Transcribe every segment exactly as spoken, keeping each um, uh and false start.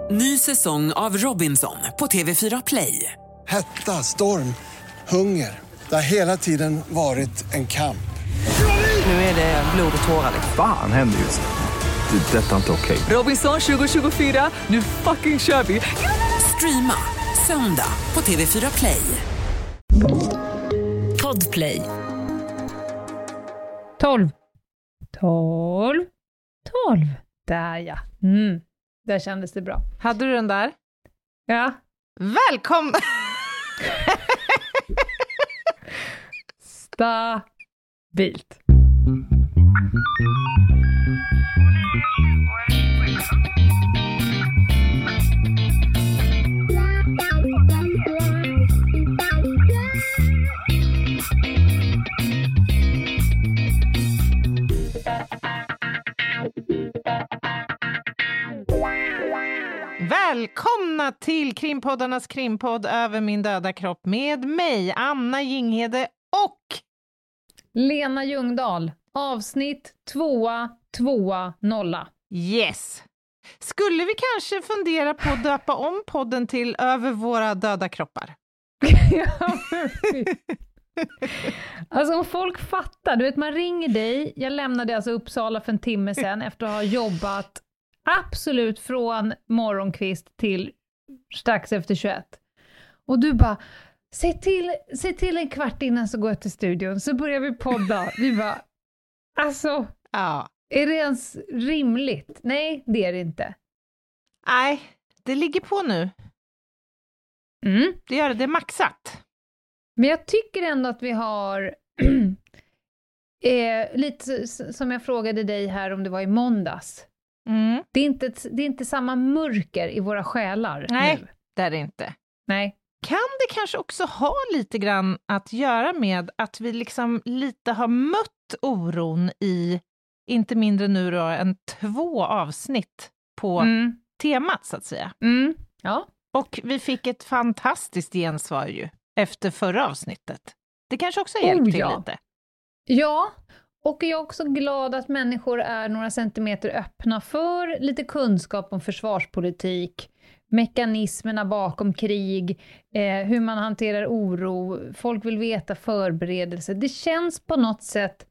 Ny säsong av Robinson på T V fyra Play. Hetta, storm, hunger. Det har hela tiden varit en kamp. Nu är det blod och tårar. Fan händer just nu. Det. Detta är inte okej. Robinson tjugo tjugofyra, nu fucking kör vi. Streama söndag på T V fyra Play. Podplay. tolv. tolv. tolv. Där ja. Mm. Där kändes det bra. Hade du den där? Ja. Välkomna! Stabilt. Välkomna till Krimpoddarnas krimpodd Över min döda kropp med mig, Anna Jinghede och Lena Ljungdahl. Avsnitt tvåa, tvåa, nolla. Yes! Skulle vi kanske fundera på att döpa om podden till Över våra döda kroppar? Ja, alltså om folk fattar, du vet man ringer dig, jag lämnade alltså Uppsala för en timme sedan efter att ha jobbat absolut från morgonkvist till strax efter tjugoett. Och du bara, se till, se till en kvart innan så går jag till studion. Så börjar vi podda. Vi bara, alltså, Ja. är det ens rimligt? Nej, det är det inte. Nej, det ligger på nu. Mm. Det gör det, det är maxat. Men jag tycker ändå att vi har eh, lite som jag frågade dig här om det var i måndags. Mm. Det är inte, det är inte samma mörker i våra själar. Nej, nu. det är det inte. Nej. Kan det kanske också ha lite grann att göra med att vi liksom lite har mött oron i inte mindre nu då än två avsnitt på Mm. temat så att säga. Mm. Ja. Och vi fick ett fantastiskt gensvar ju efter förra avsnittet. Det kanske också har hjälpt Oh, till ja. lite. Ja, och jag är också glad att människor är några centimeter öppna för lite kunskap om försvarspolitik, mekanismerna bakom krig, eh, hur man hanterar oro, folk vill veta förberedelser. Det känns på något sätt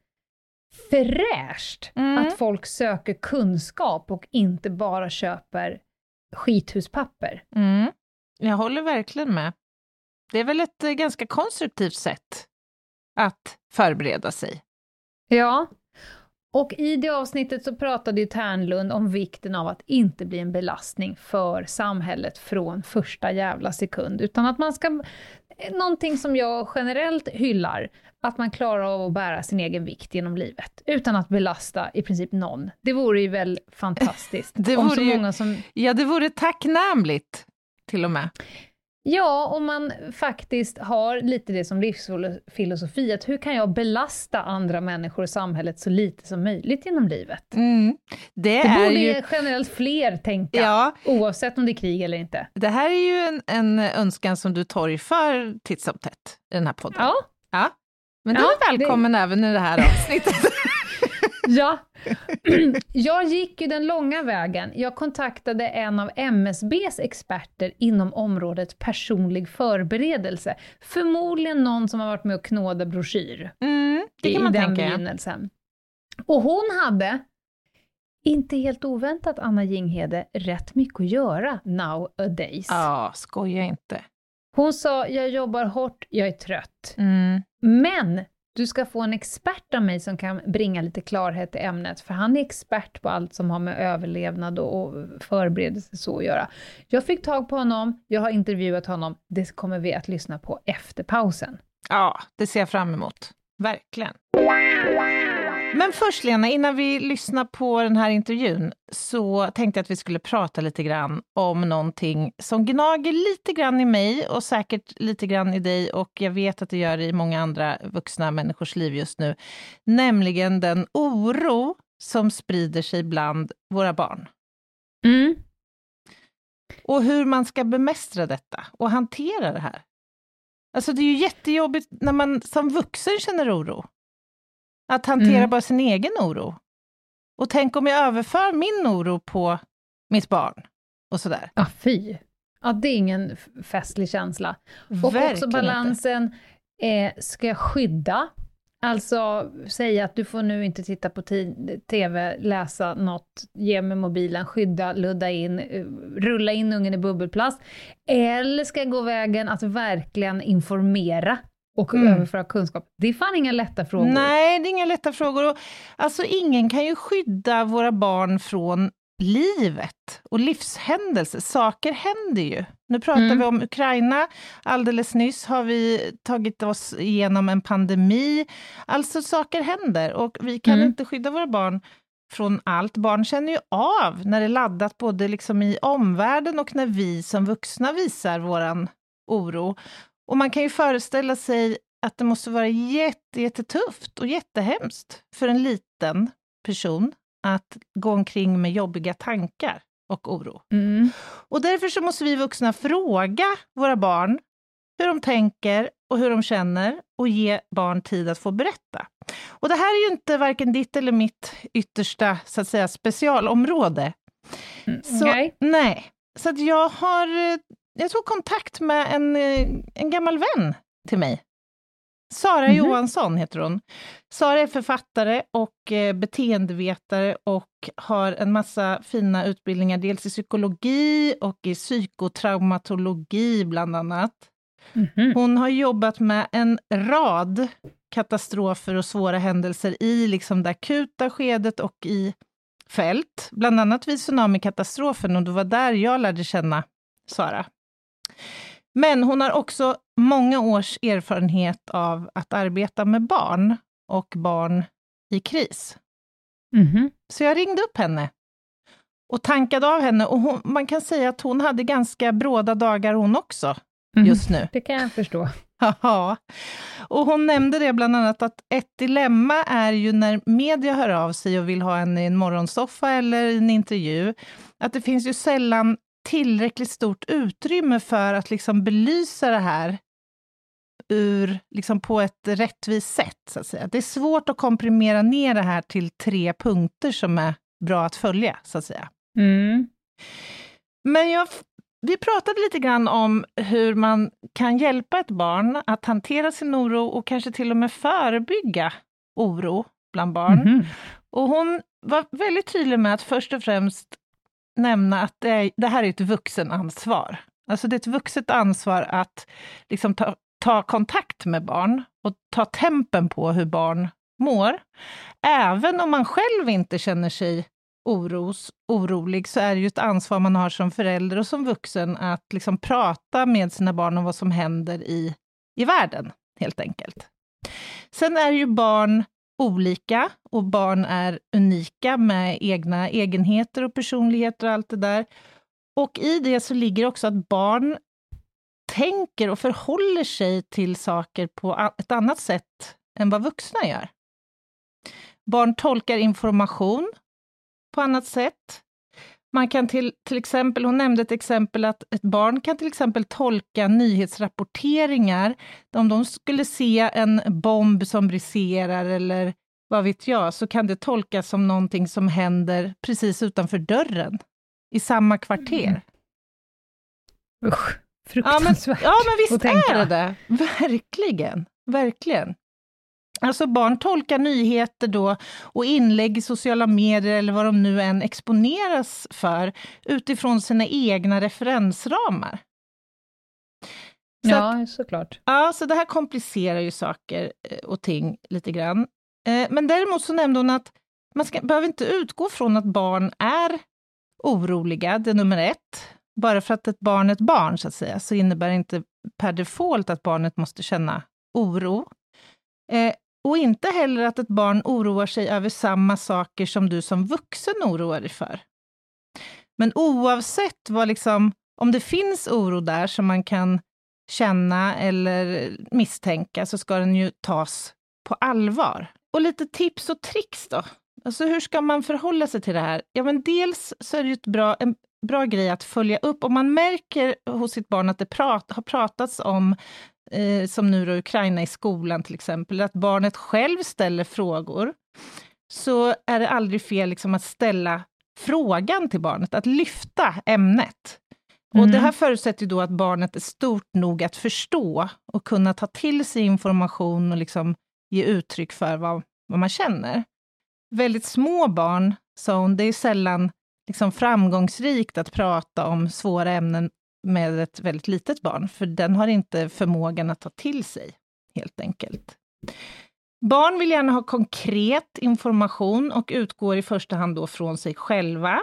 fräscht Mm. att folk söker kunskap och inte bara köper skithuspapper. Mm. Jag håller verkligen med. Det är väl ett eh, ganska konstruktivt sätt att förbereda sig. Ja, och i det avsnittet så pratade ju Tärnlund om vikten av att inte bli en belastning för samhället från första jävla sekund, utan att man ska, någonting som jag generellt hyllar, att man klarar av att bära sin egen vikt genom livet, utan att belasta i princip någon. Det vore ju väl fantastiskt. Det om vore så ju- många som... Ja, det vore tacknämligt till och med. Ja, om man faktiskt har lite det som livsfilosofi, att hur kan jag belasta andra människor och samhället så lite som möjligt genom livet? Mm. Det, Det är borde ju... generellt fler tänka, Ja, oavsett om det är krig eller inte. det här är ju en, en önskan som du torgför titt som tätt i den här podden. Ja, Ja. Men du Ja, är välkommen även i det här avsnittet. ja. Jag gick ju den långa vägen. Jag kontaktade en av M S B:s experter inom området personlig förberedelse. Förmodligen någon som har varit med och knåda broschyr. Mm, det kan i man den tänka. begynnelsen. Och hon hade, inte helt oväntat Anna Jinghede, rätt mycket att göra nowadays. Ja, skoja inte. Hon sa, jag jobbar hårt, jag är trött. Mm. Men du ska få en expert av mig som kan bringa lite klarhet i ämnet. För han är expert på allt som har med överlevnad och, och förberedelse så att göra. Jag fick tag på honom, jag har intervjuat honom. Det kommer vi att lyssna på efter pausen. Ja, det ser jag fram emot. Verkligen. Men först Lena, innan vi lyssnar på den här intervjun så tänkte jag att vi skulle prata lite grann om någonting som gnager lite grann i mig och säkert lite grann i dig, och jag vet att det gör det i många andra vuxna människors liv just nu. Nämligen den oro som sprider sig bland våra barn. Mm. Och hur man ska bemästra detta och hantera det här. Alltså det är ju jättejobbigt när man som vuxen känner oro. Att hantera Mm. bara sin egen oro. Och tänk om jag överför min oro på mitt barn. och sådär. Ja, fy. Ja, det är ingen festlig känsla. Och Verkligen också balansen, eh, ska jag skydda? Alltså säga att du får nu inte titta på t- tv, läsa något, ge mig mobilen, skydda, ludda in, uh, rulla in ungen i bubbelplast. Eller ska jag gå vägen att verkligen informera och mm. överföra kunskap? Det är fan inga lätta frågor. Nej, det är inga lätta frågor. Och, alltså ingen kan ju skydda våra barn från livet och livshändelser. Saker händer ju. Nu pratar mm. vi om Ukraina. Alldeles nyss har vi tagit oss igenom en pandemi. Alltså saker händer och vi kan mm. inte skydda våra barn från allt. Barn känner ju av när det är laddat både liksom i omvärlden och när vi som vuxna visar våran oro. Och man kan ju föreställa sig att det måste vara jätte, jättetufft och jättehemskt för en liten person att gå omkring med jobbiga tankar och oro. Mm. Och därför så måste vi vuxna fråga våra barn hur de tänker och hur de känner och ge barn tid att få berätta. Och det här är ju inte varken ditt eller mitt yttersta, så att säga, specialområde. Mm. Så, nej. nej. Så att jag har jag tog kontakt med en, en gammal vän till mig. Sara mm-hmm. Johansson heter hon. Sara är författare och eh, beteendevetare och har en massa fina utbildningar, dels i psykologi och i psykotraumatologi bland annat. Mm-hmm. Hon har jobbat med en rad katastrofer och svåra händelser i liksom det akuta skedet och i fält, bland annat vid tsunamikatastrofen, och det var där jag lärde känna Sara. Men hon har också många års erfarenhet av att arbeta med barn och barn i kris. Mm-hmm. Så jag ringde upp henne och tankade av henne, och hon, man kan säga att hon hade ganska bråda dagar hon också just mm, nu. Det kan jag förstå. Ja, och hon nämnde det bland annat att ett dilemma är ju när media hör av sig och vill ha en i en morgonsoffa eller en intervju, att det finns ju sällan tillräckligt stort utrymme för att liksom belysa det här ur, liksom på ett rättvist sätt, så att säga. Det är svårt att komprimera ner det här till tre punkter som är bra att följa, så att säga. Mm. Men jag, vi pratade lite grann om hur man kan hjälpa ett barn att hantera sin oro och kanske till och med förebygga oro bland barn. Mm. Och hon var väldigt tydlig med att först och främst nämna att det, är, det här är ett vuxenansvar. Alltså det är ett vuxet ansvar att liksom ta, ta kontakt med barn och ta tempen på hur barn mår. Även om man själv inte känner sig oros, orolig, så är det ju ett ansvar man har som förälder och som vuxen att liksom prata med sina barn om vad som händer i, i världen, helt enkelt. Sen är ju barn olika och barn är unika med egna egenheter och personligheter och allt det där. Och i det så ligger också att barn tänker och förhåller sig till saker på ett annat sätt än vad vuxna gör. Barn tolkar information på annat sätt. Man kan till, till exempel, hon nämnde ett exempel att ett barn kan till exempel tolka nyhetsrapporteringar. Om de skulle se en bomb som briserar eller vad vet jag, så kan det tolkas som någonting som händer precis utanför dörren i samma kvarter. Mm. Usch, fruktansvärt. Ja, men, ja, men visst är det det. Verkligen, verkligen. Alltså barn tolkar nyheter då och inlägg i sociala medier eller vad de nu än exponeras för utifrån sina egna referensramar. Så ja, att, såklart. Ja, så det här komplicerar ju saker och ting lite grann. Men däremot så nämnde hon att man ska, behöver inte utgå från att barn är oroliga, det är nummer ett. Bara för att ett barn är ett barn, så att säga, så innebär det inte per default att barnet måste känna oro. Eh, och inte heller att ett barn oroar sig över samma saker som du som vuxen oroar dig för. Men oavsett vad liksom, om det finns oro där som man kan känna eller misstänka, så ska den ju tas på allvar. Och lite tips och tricks då. Alltså hur ska man förhålla sig till det här? Ja, men dels så är det ju ett bra, en bra grej att följa upp. Om man märker hos sitt barn att det prat, har pratats om, eh, som nu då Ukraina i skolan till exempel, att barnet själv ställer frågor, så är det aldrig fel liksom att ställa frågan till barnet, att lyfta ämnet. Och Mm. det här förutsätter ju då att barnet är stort nog att förstå och kunna ta till sig information och liksom ge uttryck för vad, vad man känner. Väldigt små barn, så det är sällan liksom framgångsrikt att prata om svåra ämnen med ett väldigt litet barn, för den har inte förmågan att ta till sig, helt enkelt. Barn vill gärna ha konkret information och utgår i första hand då från sig själva.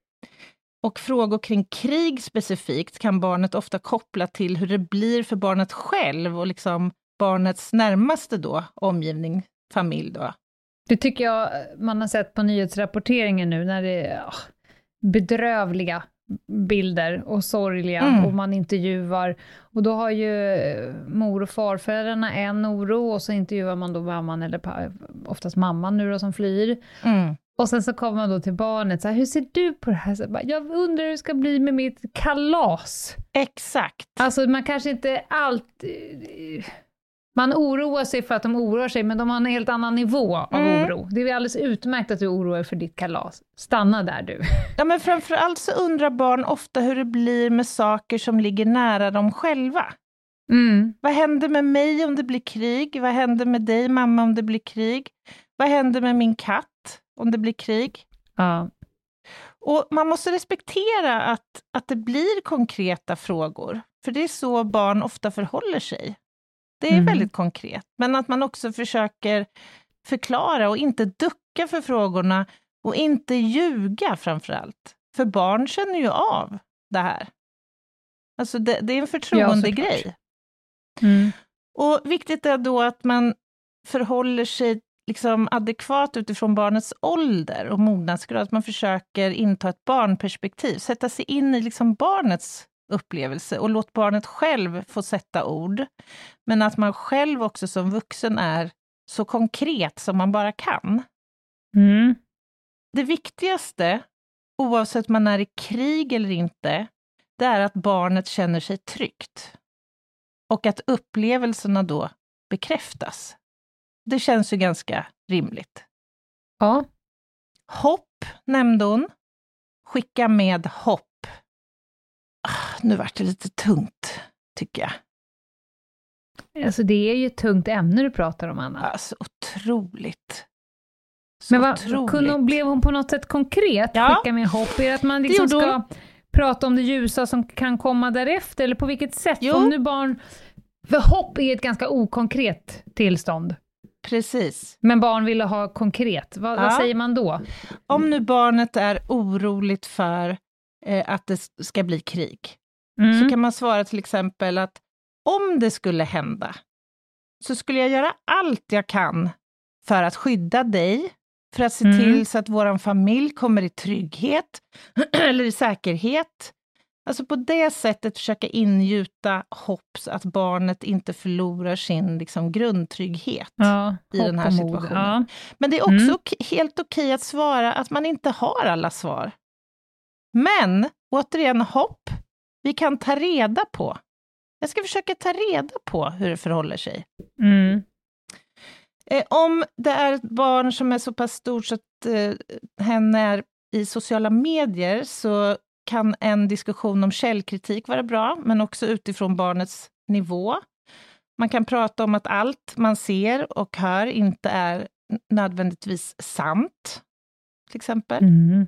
Och frågor kring krig specifikt kan barnet ofta koppla till hur det blir för barnet själv och liksom barnets närmaste då, omgivning, familj då. Det tycker jag man har sett på nyhetsrapporteringen nu, när det är oh, bedrövliga bilder och sorgliga Mm. och man intervjuar. Och då har ju mor- och farföräldrarna en oro och så intervjuar man då mamman, eller pa- oftast mamman nu då, som flyr. Mm. Och sen så kommer man då till barnet, så här, hur ser du på det här? Så bara, jag undrar hur det ska bli med mitt kalas. Exakt. Alltså man kanske inte alltid... Man oroar sig för att de oroar sig, men de har en helt annan nivå av Mm. oro. Det är alldeles utmärkt att du oroar dig för ditt kalas. Stanna där du. Ja, men framförallt så undrar barn ofta hur det blir med saker som ligger nära dem själva. Mm. Vad händer med mig om det blir krig? Vad händer med dig, mamma, om det blir krig? Vad händer med min katt om det blir krig? Ja. Och man måste respektera att, att det blir konkreta frågor. För det är så barn ofta förhåller sig. Det är Mm. väldigt konkret. Men att man också försöker förklara och inte ducka för frågorna och inte ljuga framförallt. För barn känner ju av det här. Alltså det, det är en förtroendegrej. Ja, mm. Och viktigt är då att man förhåller sig liksom adekvat utifrån barnets ålder och mognadsgrad. Att man försöker inta ett barnperspektiv, sätta sig in i liksom barnets upplevelse och låt barnet själv få sätta ord. Men att man själv också som vuxen är så konkret som man bara kan. Mm. Det viktigaste, oavsett om man är i krig eller inte, det är att barnet känner sig tryggt. Och att upplevelserna då bekräftas. Det känns ju ganska rimligt. Ja. Hopp nämnde hon. Skicka med hopp. Ah, nu vart det lite tungt, tycker jag. Alltså det är ju ett tungt ämne du pratar om, Anna. Alltså otroligt. Så Men vad, otroligt. kunde hon, blev hon på något sätt konkret? Ja. Skicka med hopp? Är det att man liksom Det gjorde ska prata om det ljusa som kan komma därefter? Eller på vilket sätt? Jo. Om nu barn... För hopp är ett ganska okonkret tillstånd. Precis. Men barn vill ha konkret. Vad, Ja. vad säger man då? Om nu barnet är oroligt för eh, att det ska bli krig, Mm. så kan man svara till exempel att om det skulle hända, så skulle jag göra allt jag kan för att skydda dig, för att se Mm. till så att vår familj kommer i trygghet eller i säkerhet. Alltså på det sättet försöka ingjuta hopp så att barnet inte förlorar sin liksom, grundtrygghet Ja, i den här hopp och mod. situationen. Ja. Men det är också Mm. ok- helt okej att svara att man inte har alla svar. Men, återigen, hopp. Vi kan ta reda på. Jag ska försöka ta reda på hur det förhåller sig. Mm. Eh, om det är ett barn som är så pass stort så att eh, hen är i sociala medier, så kan en diskussion om källkritik vara bra, men också utifrån barnets nivå. Man kan prata om att allt man ser och hör inte är nödvändigtvis sant, till exempel. Mm.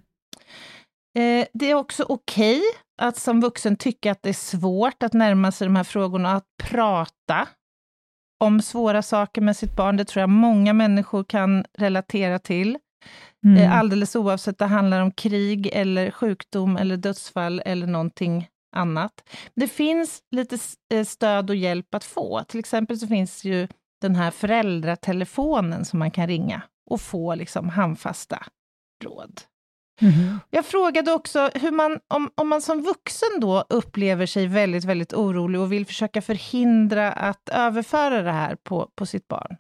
Eh, det är också okej att som vuxen tycka att det är svårt att närma sig de här frågorna, att prata om svåra saker med sitt barn. Det tror jag många människor kan relatera till. Mm. Eh, alldeles oavsett det handlar om krig eller sjukdom eller dödsfall eller någonting annat. Det finns lite eh, stöd och hjälp att få. Till exempel så finns ju den här föräldratelefonen som man kan ringa och få liksom handfasta råd. Mm. Jag frågade också hur man, om, om man som vuxen då upplever sig väldigt, väldigt orolig och vill försöka förhindra att överföra det här på, på sitt barn.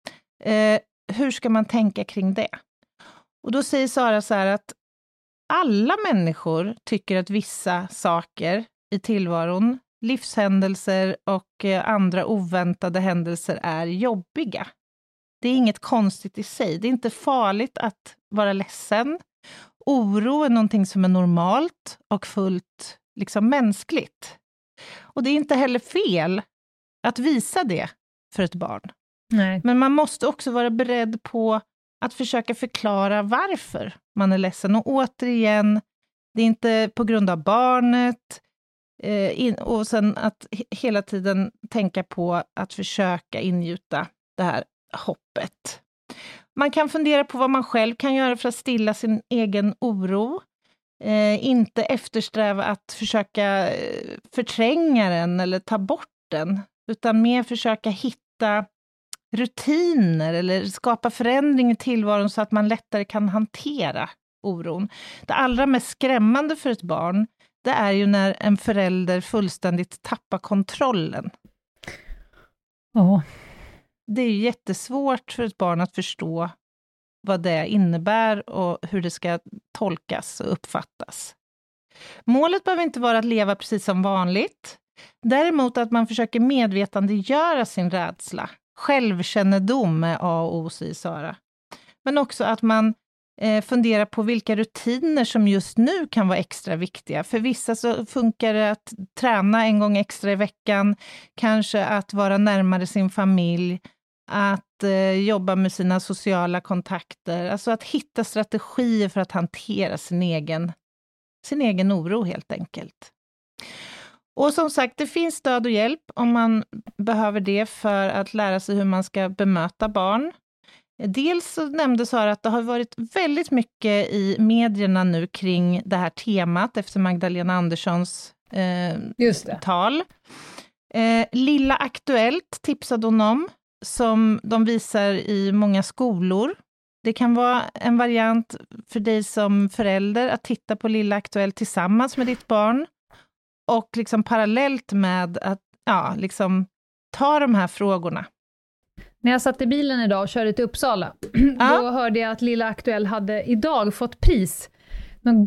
Eh, hur ska man tänka kring det? Och då säger Sara så här att alla människor tycker att vissa saker i tillvaron, livshändelser och eh, andra oväntade händelser är jobbiga. Det är inget konstigt i sig. Det är inte farligt att vara ledsen. oro är någonting som är normalt och fullt liksom mänskligt. Och det är inte heller fel att visa det för ett barn. Nej. Men man måste också vara beredd på att försöka förklara varför man är ledsen. Och återigen, det är inte på grund av barnet. Eh, in, och sen att he- hela tiden tänka på att försöka ingjuta det här hoppet. Man kan fundera på vad man själv kan göra för att stilla sin egen oro. Eh, inte eftersträva att försöka eh, förtränga den eller ta bort den. Utan mer försöka hitta rutiner eller skapa förändring i tillvaron så att man lättare kan hantera oron. Det allra mest skrämmande för ett barn, det är ju när en förälder fullständigt tappar kontrollen. Ja. Det är ju jättesvårt för ett barn att förstå vad det innebär och hur det ska tolkas och uppfattas. Målet behöver inte vara att leva precis som vanligt. Däremot att man försöker medvetandegöra sin rädsla. Självkännedom är A och O, säger Sara. Men också att man eh, funderar på vilka rutiner som just nu kan vara extra viktiga. För vissa så funkar det att träna en gång extra i veckan. Kanske att vara närmare sin familj. Att eh, jobba med sina sociala kontakter. Alltså att hitta strategier för att hantera sin egen, sin egen oro helt enkelt. Och som sagt, det finns stöd och hjälp om man behöver det för att lära sig hur man ska bemöta barn. Dels så nämnde Sara att det har varit väldigt mycket i medierna nu kring det här temat efter Magdalena Anderssons eh, Just det. tal. Eh, Lilla Aktuellt tipsade hon om, som de visar i många skolor. Det kan vara en variant för dig som förälder att titta på Lilla Aktuellt tillsammans med ditt barn. Och liksom parallellt med att ja, liksom ta de här frågorna. När jag satt i bilen idag och körde till Uppsala, Ja. då hörde jag att Lilla Aktuell hade idag fått pris. Någon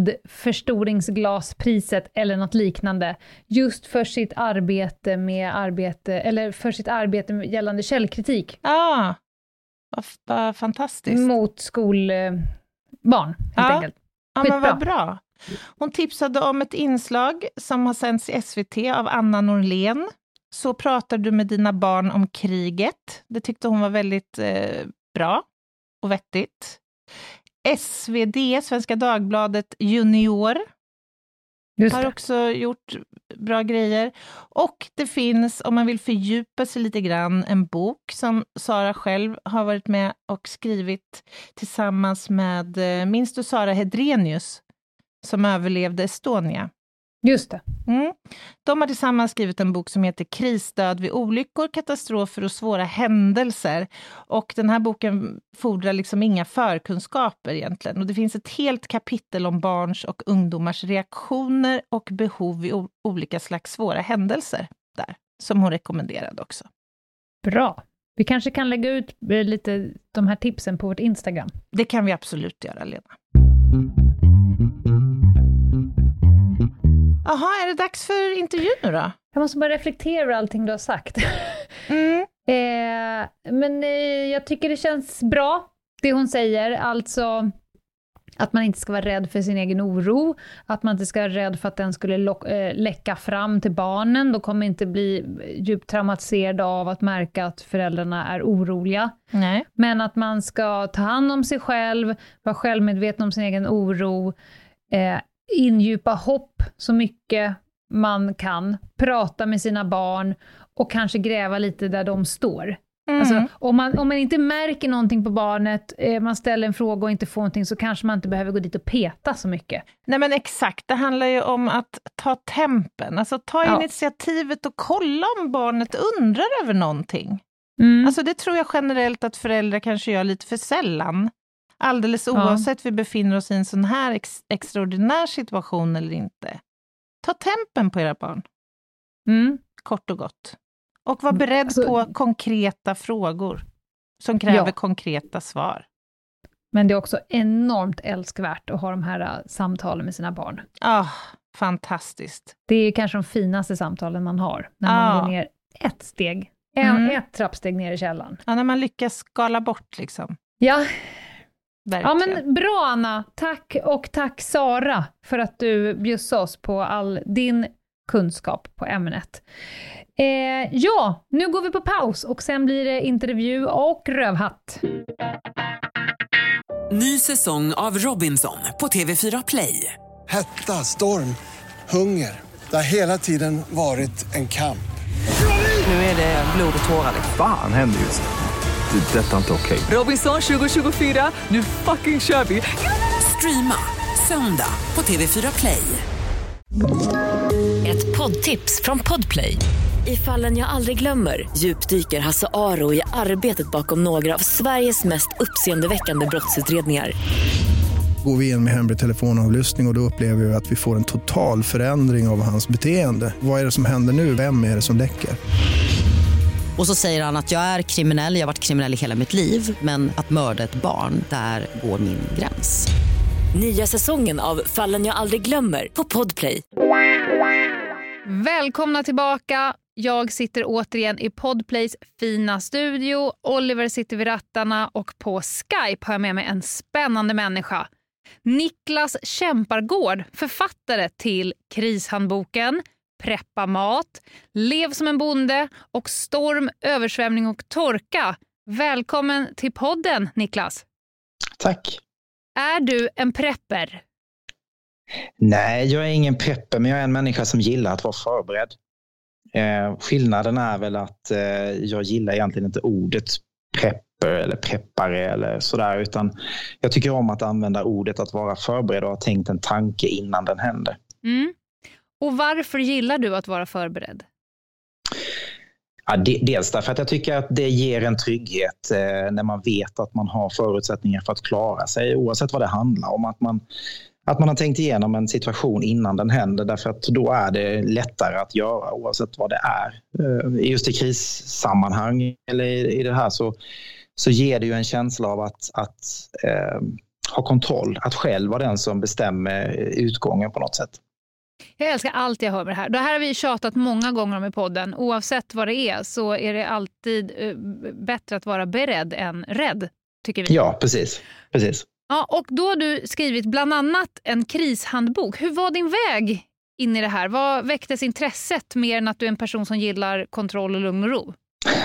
guldförstoringsglaspriset eller något liknande. Just för sitt arbete med arbete, eller för sitt arbete med gällande källkritik. Ja, vad, vad fantastiskt. Mot skolbarn, helt Ja. enkelt. Ja, men Skitbra. vad bra. Hon tipsade om ett inslag som har sänds i S V T av Anna Norlén. Så pratar du med dina barn om kriget. Det tyckte hon var väldigt eh, bra och vettigt. S V D, Svenska Dagbladet Junior, Just har det. också gjort bra grejer. Och det finns, om man vill fördjupa sig lite grann, en bok som Sara själv har varit med och skrivit tillsammans med, eh, minns du Sara Hedrenius, som överlevde Estonia? Just det. Mm. De har tillsammans skrivit en bok som heter Krisstöd vid olyckor, katastrofer och svåra händelser. Och den här boken fordrar liksom inga förkunskaper egentligen. Och det finns ett helt kapitel om barns och ungdomars reaktioner och behov vid o- olika slags svåra händelser där, som hon rekommenderade också. Bra. Vi kanske kan lägga ut eh, lite de här tipsen på vårt Instagram. Det kan vi absolut göra, Lena. Jaha, är det dags för intervju nu då? Jag måste bara reflektera över allting du har sagt. Mm. eh, men eh, jag tycker det känns bra, det hon säger. Alltså att man inte ska vara rädd för sin egen oro. Att man inte ska vara rädd för att den skulle lock, eh, läcka fram till barnen. Då kommer inte bli djupt traumatiserade av att märka att föräldrarna är oroliga. Nej. Men att man ska ta hand om sig själv, vara självmedveten om sin egen oro, eh, ingjupa hopp så mycket man kan, prata med sina barn och kanske gräva lite där de står. Mm. Alltså, om, man, om man inte märker någonting på barnet, eh, man ställer en fråga och inte får någonting, så kanske man inte behöver gå dit och peta så mycket. Nej men exakt, det handlar ju om att ta tempen, alltså ta Ja. initiativet och kolla om barnet undrar över någonting. Mm. Alltså det tror jag generellt att föräldrar kanske gör lite för sällan. Alldeles oavsett vi befinner oss i en sån här ex- extraordinär situation eller inte. Ta tempen på era barn, Mm. kort och gott. Och var beredd Alltså- på konkreta frågor som kräver Ja. konkreta svar. Men det är också enormt älskvärt att ha de här uh, samtalen med sina barn. Ah, fantastiskt. Det är kanske de finaste samtalen man har, när man Ja. går ner ett steg, en, Mm. ett trappsteg ner i källaren. Ja, när man lyckas skala bort liksom. Ja, Verkligen. Ja, men bra Anna. Tack, och tack Sara för att du bjussade oss på all din kunskap på ämnet. Eh, ja, nu går vi på paus och sen blir det intervju och rövhatt. Ny säsong av Robinson på T V fyra Play. Hetta, storm, hunger. Det har hela tiden varit en kamp. Nu är det blod och tårar. Fan händer just nu. Det. är Detta är inte okej. Robinson tjugo tjugofyra, nu fucking kör vi. Streama söndag på T V fyra Play. Ett poddtips från Podplay. I Fallen jag aldrig glömmer djupdyker Hasse Aro i arbetet bakom några av Sveriges mest uppseendeväckande brottsutredningar. Går vi in med hemlig telefonavlyssning och, och då upplever vi att vi får en total förändring av hans beteende. Vad är det som händer nu? Vem är det som läcker? Och så säger han att jag är kriminell, jag har varit kriminell i hela mitt liv. Men att mörda ett barn, där går min gräns. Nya säsongen av Fallen jag aldrig glömmer på Podplay. Välkomna tillbaka. Jag sitter återigen i Podplays fina studio. Oliver sitter vid rattarna och på Skype har jag med mig en spännande människa. Niklas Kämpargård, författare till Krishandboken, Preppa mat, Lev som en bonde och Storm, översvämning och torka. Välkommen till podden, Niklas. Tack. Är du en prepper? Nej, jag är ingen prepper, men jag är en människa som gillar att vara förberedd. Eh, skillnaden är väl att eh, jag gillar egentligen inte ordet prepper eller preppare eller sådär, utan jag tycker om att använda ordet att vara förberedd och ha tänkt en tanke innan den händer. Mm. Och varför gillar du att vara förberedd? Ja, dels därför att jag tycker att det ger en trygghet eh, när man vet att man har förutsättningar för att klara sig, oavsett vad det handlar om. Att man, att man har tänkt igenom en situation innan den händer, därför att då är det lättare att göra oavsett vad det är. Eh, just i krissammanhang eller i, i det här så, så ger det ju en känsla av att, att eh, ha kontroll, att själv vara den som bestämmer utgången på något sätt. Jag älskar allt jag hör med det här. Det här har vi tjatat många gånger om i podden. Oavsett vad det är så är det alltid uh, bättre att vara beredd än rädd, tycker vi. Ja, precis. precis. Ja, och då har du skrivit bland annat en krishandbok. Hur var din väg in i det här? Vad väcktes intresset mer än att du är en person som gillar kontroll och lugn och ro?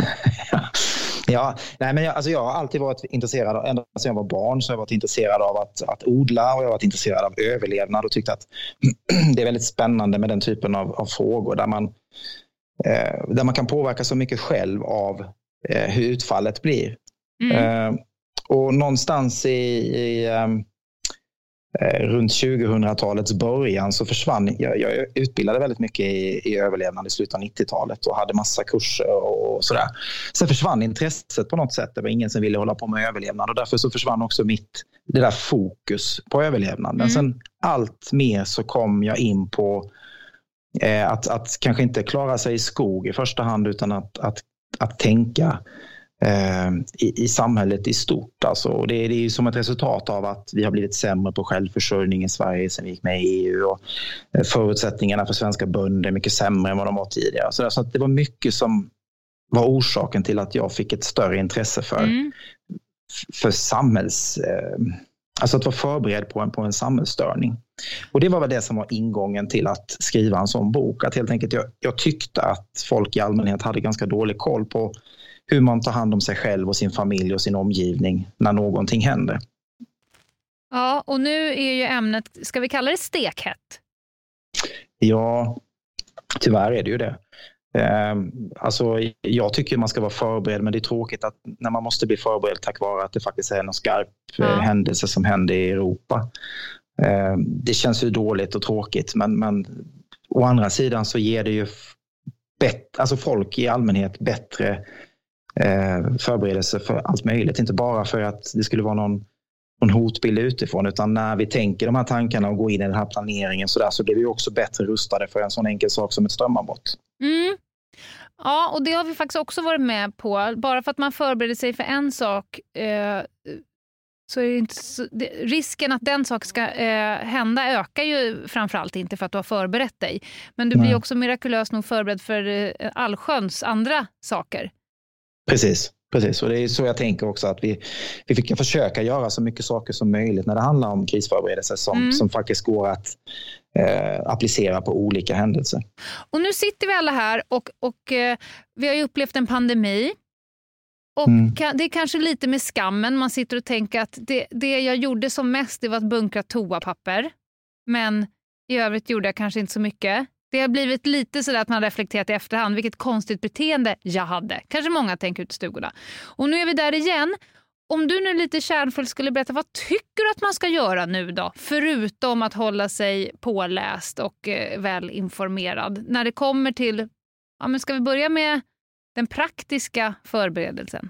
Ja, nej, men jag, alltså jag har alltid varit intresserad av, ända sedan jag var barn så har jag varit intresserad av att, att odla, och jag har varit intresserad av överlevnad och tyckt att det är väldigt spännande med den typen av, av frågor där man, eh, där man kan påverka så mycket själv av eh, hur utfallet blir. Mm. Eh, och någonstans i, i eh, runt tjugohundratalets början så försvann, jag, jag utbildade väldigt mycket i, i överlevnad i slutet av nittiotalet och hade massa kurser och sådär. Sen försvann intresset på något sätt, det var ingen som ville hålla på med överlevnad och därför så försvann också mitt, det där fokus på överlevnad. Men mm. sen allt mer så kom jag in på eh, att, att kanske inte klara sig i skog i första hand utan att, att, att tänka I, i samhället i stort. Alltså, det, det är ju som ett resultat av att vi har blivit sämre på självförsörjning i Sverige sen vi gick med i E U och förutsättningarna för svenska bönder är mycket sämre än vad de var tidigare. Så, så att det var mycket som var orsaken till att jag fick ett större intresse för, mm. för samhälls... Eh, alltså att vara förberedd på en, på en samhällsstörning. Och det var väl det som var ingången till att skriva en sån bok. Att helt enkelt jag, jag tyckte att folk i allmänhet hade ganska dålig koll på hur man tar hand om sig själv och sin familj och sin omgivning när någonting händer. Ja, och nu är ju ämnet, ska vi kalla det stekhett? Ja, tyvärr är det ju det. Eh, alltså, jag tycker man ska vara förberedd, men det är tråkigt att när man måste bli förberedd tack vare att det faktiskt är en skarp ja. eh, händelse som händer i Europa. Eh, det känns ju dåligt och tråkigt, men, men å andra sidan så ger det ju bet- alltså folk i allmänhet bättre förberedelse för allt möjligt. Inte bara för att det skulle vara någon, någon hotbild utifrån, utan när vi tänker de här tankarna och går in i den här planeringen så, där, så blir vi också bättre rustade för en sån enkel sak som ett strömavbrott. Mm. Ja, och det har vi faktiskt också varit med på. Bara för att man förbereder sig för en sak eh, så är det inte så, det, risken att den sak ska eh, hända ökar ju framförallt inte för att du har förberett dig. Men du blir också mirakulöst nog förberedd för eh, allsköns andra saker. Precis, Precis, och det är så jag tänker också att vi, vi fick försöka göra så mycket saker som möjligt när det handlar om krisförberedelser som, mm. som faktiskt går att eh, applicera på olika händelser. Och nu sitter vi alla här och, och eh, vi har ju upplevt en pandemi. Och mm. det är kanske lite med skammen. Man sitter och tänker att det, det jag gjorde som mest det var att bunkra toapapper. Men i övrigt gjorde jag kanske inte så mycket. Det har blivit lite sådär att man reflekterat i efterhand vilket konstigt beteende jag hade. Kanske många tänker ut i stugorna. Och nu är vi där igen. Om du nu lite kärnfullt skulle berätta, vad tycker du att man ska göra nu då? Förutom att hålla sig påläst och eh, väl informerad. När det kommer till, ja men ska vi börja med den praktiska förberedelsen?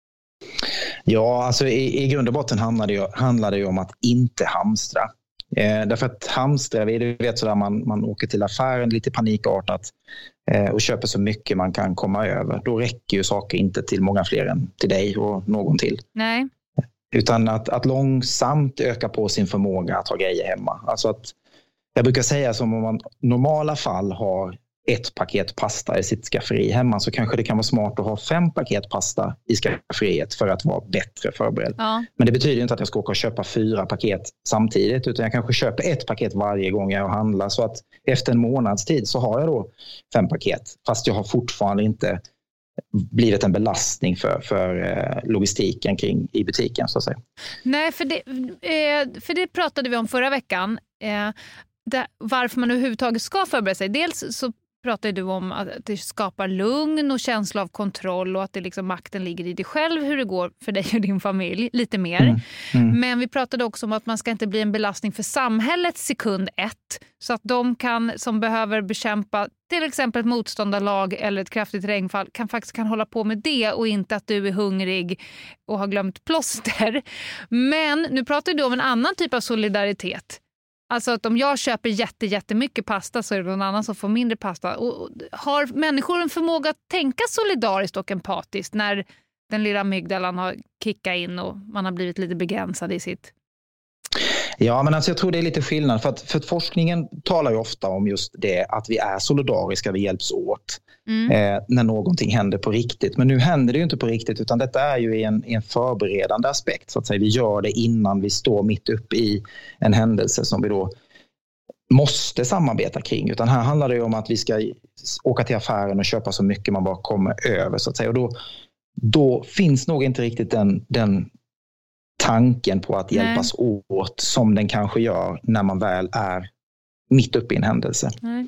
Ja, alltså i, i grund och botten handlar det ju, handlar det ju om att inte hamstra. Eh, därför att hamstra, vi vet sådär man, man åker till affären lite panikartat eh, och köper så mycket man kan komma över. Då räcker ju saker inte till många fler än till dig och någon till. Nej. Utan att, att långsamt öka på sin förmåga att ha grejer hemma. Alltså att, jag brukar säga som om man i normala fall har ett paket pasta i sitt skafferi hemma, så kanske det kan vara smart att ha fem paket pasta i skafferiet för att vara bättre förberedd. Ja. Men det betyder inte att jag ska åka och köpa fyra paket samtidigt, utan jag kanske köper ett paket varje gång jag handlar, så att efter en månads tid så har jag då fem paket, fast jag har fortfarande inte blivit en belastning för, för logistiken kring i butiken så att säga. Nej, för det, för det pratade vi om förra veckan. Där, varför man överhuvudtaget ska förbereda sig. Dels så pratar du om att det skapar lugn och känsla av kontroll och att det liksom makten ligger i dig själv hur det går för dig och din familj lite mer. Mm. Mm. Men vi pratade också om att man ska inte bli en belastning för samhället sekund ett, så att de kan som behöver bekämpa till exempel ett motståndarlag eller ett kraftigt regnfall kan faktiskt kan hålla på med det, och inte att du är hungrig och har glömt plåster. Men nu pratar du om en annan typ av solidaritet. Alltså att om jag köper jätte, jättemycket pasta så är det någon annan som får mindre pasta. Och har människor en förmåga att tänka solidariskt och empatiskt när den lilla amygdalan har kickat in och man har blivit lite begränsad i sitt? Ja, men alltså jag tror det är lite skillnad. För att, för att forskningen talar ju ofta om just det, att vi är solidariska, vi hjälps åt mm. eh, när någonting händer på riktigt. Men nu händer det ju inte på riktigt, utan detta är ju en, en förberedande aspekt. Så att säga. Vi gör det innan vi står mitt upp i en händelse som vi då måste samarbeta kring. Utan här handlar det ju om att vi ska åka till affären och köpa så mycket man bara kommer över. Så att säga. Och då, då finns nog inte riktigt den... den tanken på att hjälpas Nej. åt som den kanske gör när man väl är mitt uppe i en händelse. Nej,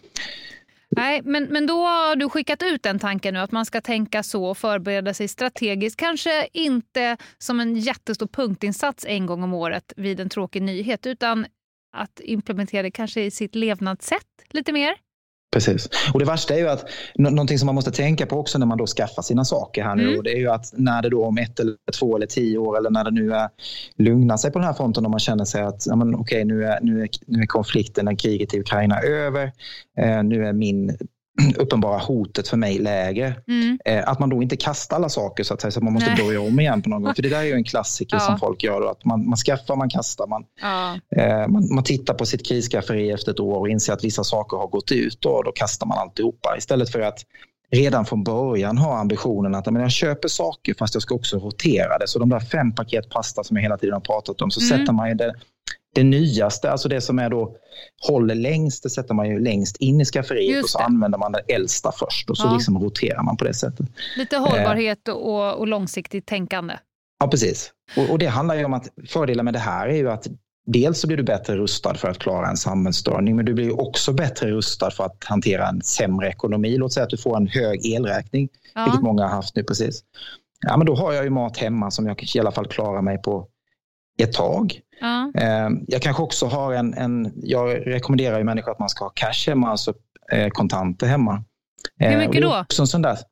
Nej men, men då har du skickat ut den tanken nu att man ska tänka så och förbereda sig strategiskt. Kanske inte som en jättestor punktinsats en gång om året vid en tråkig nyhet, utan att implementera det kanske i sitt levnadssätt lite mer. Precis. Och det värsta är ju att nå- någonting som man måste tänka på också när man då skaffar sina saker här nu, mm. och det är ju att när det då om ett eller två eller tio år eller när det nu är lugnar sig på den här fronten och man känner sig att ja, men, okej, nu, är, nu, är, nu är konflikten, när kriget i Ukraina över, eh, nu är min uppenbara hotet för mig lägre. Mm. Eh, att man då inte kastar alla saker så att säga, så att man måste Nej. börja om igen på någon gång. För det där är ju en klassiker ja. som folk gör. Då, att man, man skaffar, man kastar. Man, ja. eh, man, man tittar på sitt kriskafferi efter ett år och inser att vissa saker har gått ut och då kastar man alltihopa. Istället för att redan från början ha ambitionen att men jag köper saker fast jag ska också rotera det. Så de där fem paket pasta som jag hela tiden har pratat om, så mm. sätter man ju det Det nyaste, alltså det som är då håller längst, det sätter man ju längst in i skafferiet och så använder man det äldsta först och så ja. liksom roterar man på det sättet. Lite hållbarhet eh. och, och långsiktigt tänkande. Ja, precis. Och, och det handlar ju om att fördelen med det här är ju att dels så blir du bättre rustad för att klara en samhällsstörning, men du blir ju också bättre rustad för att hantera en sämre ekonomi. Låt säga att du får en hög elräkning, ja. vilket många har haft nu precis. Ja, men då har jag ju mat hemma som jag i alla fall klarar mig på ett tag. Ja. Jag kanske också har en, en jag rekommenderar ju människor att man ska ha cash hemma, alltså eh, kontanter hemma. Hur mycket då? Också en sån där,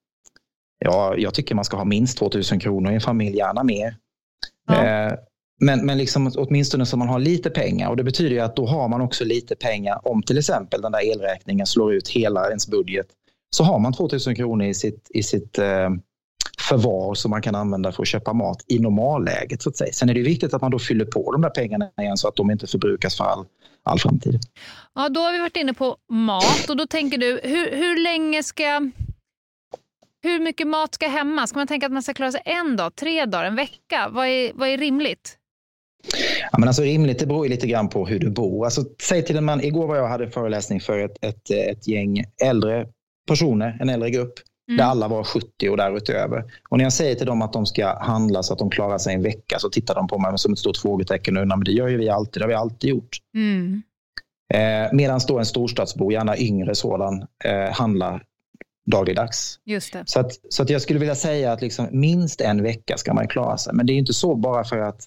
ja, jag tycker man ska ha minst tvåtusen kronor i en familj, gärna mer. Ja. Eh, men, men liksom åtminstone så man har lite pengar, och det betyder ju att då har man också lite pengar om till exempel den där elräkningen slår ut hela ens budget, så har man tvåtusen kronor i sitt, i sitt eh, förvar som man kan använda för att köpa mat i normalläget så att säga. Sen är det viktigt att man då fyller på de där pengarna igen så att de inte förbrukas för all, all framtid. Ja, då har vi varit inne på mat och då tänker du, hur, hur länge ska hur mycket mat ska hemma? Ska man tänka att man ska klara sig en dag, tre dagar, en vecka? Vad är, vad är rimligt? Ja, men alltså rimligt, det beror ju lite grann på hur du bor. Alltså, säg till en man, igår var jag hade föreläsning för ett, ett, ett gäng äldre personer, en äldre grupp, mm. där alla var sjuttio och därutöver. Och när jag säger till dem att de ska handla så att de klarar sig en vecka, så tittar de på mig som ett stort frågetecken nu. Men det gör ju vi alltid, det har vi alltid gjort. Mm. Eh, medan då en storstadsbo, gärna yngre sådan, eh, handlar dagligdags. Just det. Så, att, så att jag skulle vilja säga att liksom, minst en vecka ska man klara sig. Men det är inte så bara för att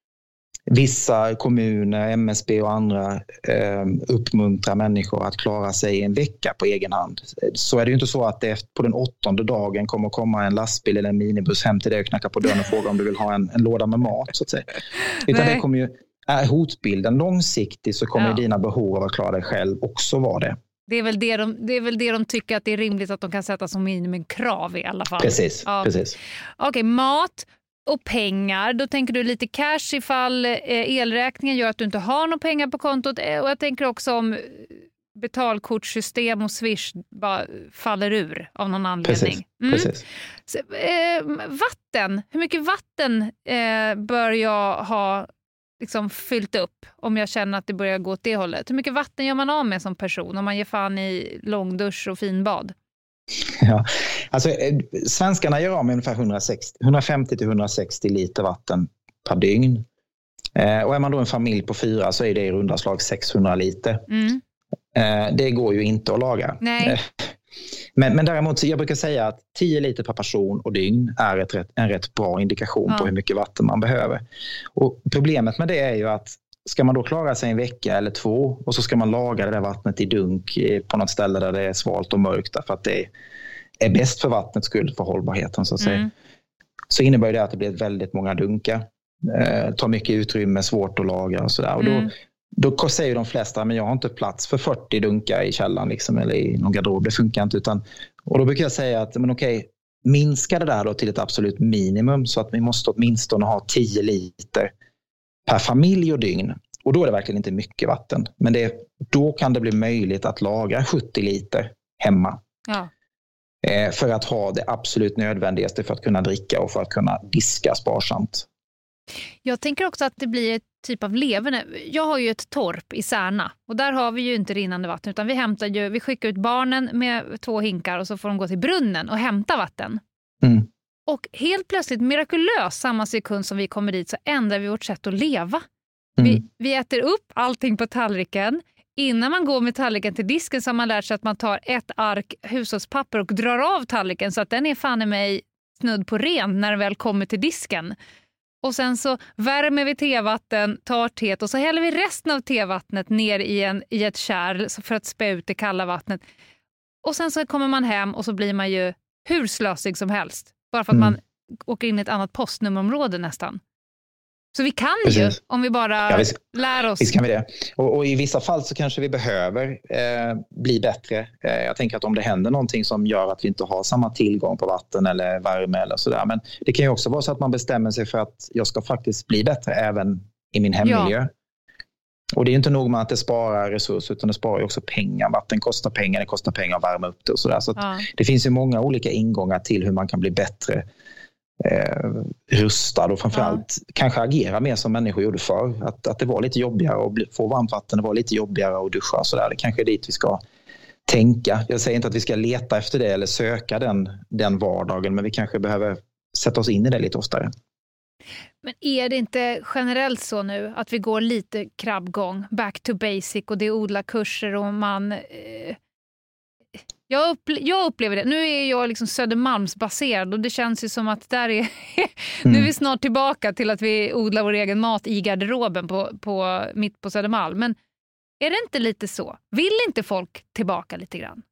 vissa kommuner, M S B och andra eh, uppmuntrar människor att klara sig en vecka på egen hand. Så är det ju inte så att det på den åttonde dagen kommer att komma en lastbil eller en minibuss hem till dig och knacka på dörren och fråga om du vill ha en, en låda med mat, så att säga. Utan Nej. det kommer ju, är hotbilden långsiktig, så kommer ja. dina behov av att klara dig själv också vara det. Det är, väl det, de, det är väl det de tycker att det är rimligt att de kan sätta som minimikrav i alla fall. Precis, ja. precis. Okej, mat och pengar. Då tänker du lite cash ifall eh, elräkningen gör att du inte har några pengar på kontot. Och jag tänker också om betalkortssystem och Swish bara faller ur av någon anledning. Precis, mm. precis. Så, eh, vatten. Hur mycket vatten eh, bör jag ha liksom fyllt upp om jag känner att det börjar gå åt det hållet? Hur mycket vatten gör man av med som person om man ger fan i långdusch och finbad? Ja, alltså svenskarna gör av med ungefär hundrafemtio till hundrasextio liter vatten per dygn. Eh, och är man då en familj på fyra så är det i runda slag sexhundra liter. Mm. Eh, det går ju inte att laga. Nej. Men, men däremot, jag brukar säga att tio liter per person och dygn är ett rätt, en rätt bra indikation ja. på hur mycket vatten man behöver. Och problemet med det är ju att ska man då klara sig en vecka eller två och så ska man laga det där vattnet i dunk på något ställe där det är svalt och mörkt därför att det är bäst för vattnets skull, för hållbarheten så att säga. Mm. Så innebär det att det blir väldigt många dunkar. Eh, tar mycket utrymme, svårt att laga och sådär. Och då, mm. då säger de flesta, men jag har inte plats för fyrtio dunkar i källaren liksom, eller i någon garderob, det funkar inte. Utan, och då brukar jag säga att men okej, minska det där då till ett absolut minimum så att vi måste åtminstone ha tio liter per familj och dygn. Och då är det verkligen inte mycket vatten. Men det, då kan det bli möjligt att laga sjuttio liter hemma. Ja. Eh, för att ha det absolut nödvändigaste för att kunna dricka och för att kunna diska sparsamt. Jag tänker också att det blir ett typ av leverne. Jag har ju ett torp i Särna och där har vi ju inte rinnande vatten utan vi hämtar ju, vi skickar ut barnen med två hinkar och så får de gå till brunnen och hämta vatten. Mm. Och helt plötsligt, mirakulöst, samma sekund som vi kommer dit så ändrar vi vårt sätt att leva. Mm. Vi, vi äter upp allting på tallriken. Innan man går med tallriken till disken så har man lärt sig att man tar ett ark hushållspapper och drar av tallriken så att den är fan i mig snudd på ren när den väl kommer till disken. Och sen så värmer vi tevatten, tar teet och så häller vi resten av tevattnet ner i, en, i ett kärl för att spä ut det kalla vattnet. Och sen så kommer man hem och så blir man ju hur slösig som helst. Bara för att mm. man åker in i ett annat postnummerområde nästan. Så vi kan Precis. ju, om vi bara ja, visst, lär oss. Visst kan vi det. Och, och i vissa fall så kanske vi behöver eh, bli bättre. Eh, jag tänker att om det händer någonting som gör att vi inte har samma tillgång på vatten eller värme eller sådär. Men det kan ju också vara så att man bestämmer sig för att jag ska faktiskt bli bättre även i min hemmiljö. Ja. Och det är inte nog med att det sparar resurser utan det sparar ju också pengar. Vatten kostar pengar, det kostar pengar att värma upp det och sådär. Så ja. Det finns ju många olika ingångar till hur man kan bli bättre Eh, rustad och framförallt ja. kanske agera mer som människor gjorde förr. Att, att det var lite jobbigare att bli, få varmt vatten, det var lite jobbigare att duscha och sådär. Det kanske är dit vi ska tänka. Jag säger inte att vi ska leta efter det eller söka den, den vardagen, men vi kanske behöver sätta oss in i det lite oftare. Men är det inte generellt så nu att vi går lite krabbgång, back to basic och det är odla kurser och man... Eh... Jag, upple- jag upplever det. Nu är jag liksom Södermalmsbaserad och det känns ju som att där är nu är vi snart tillbaka till att vi odlar vår egen mat i garderoben på, på, mitt på Södermalm. Men är det inte lite så? Vill inte folk tillbaka lite grann?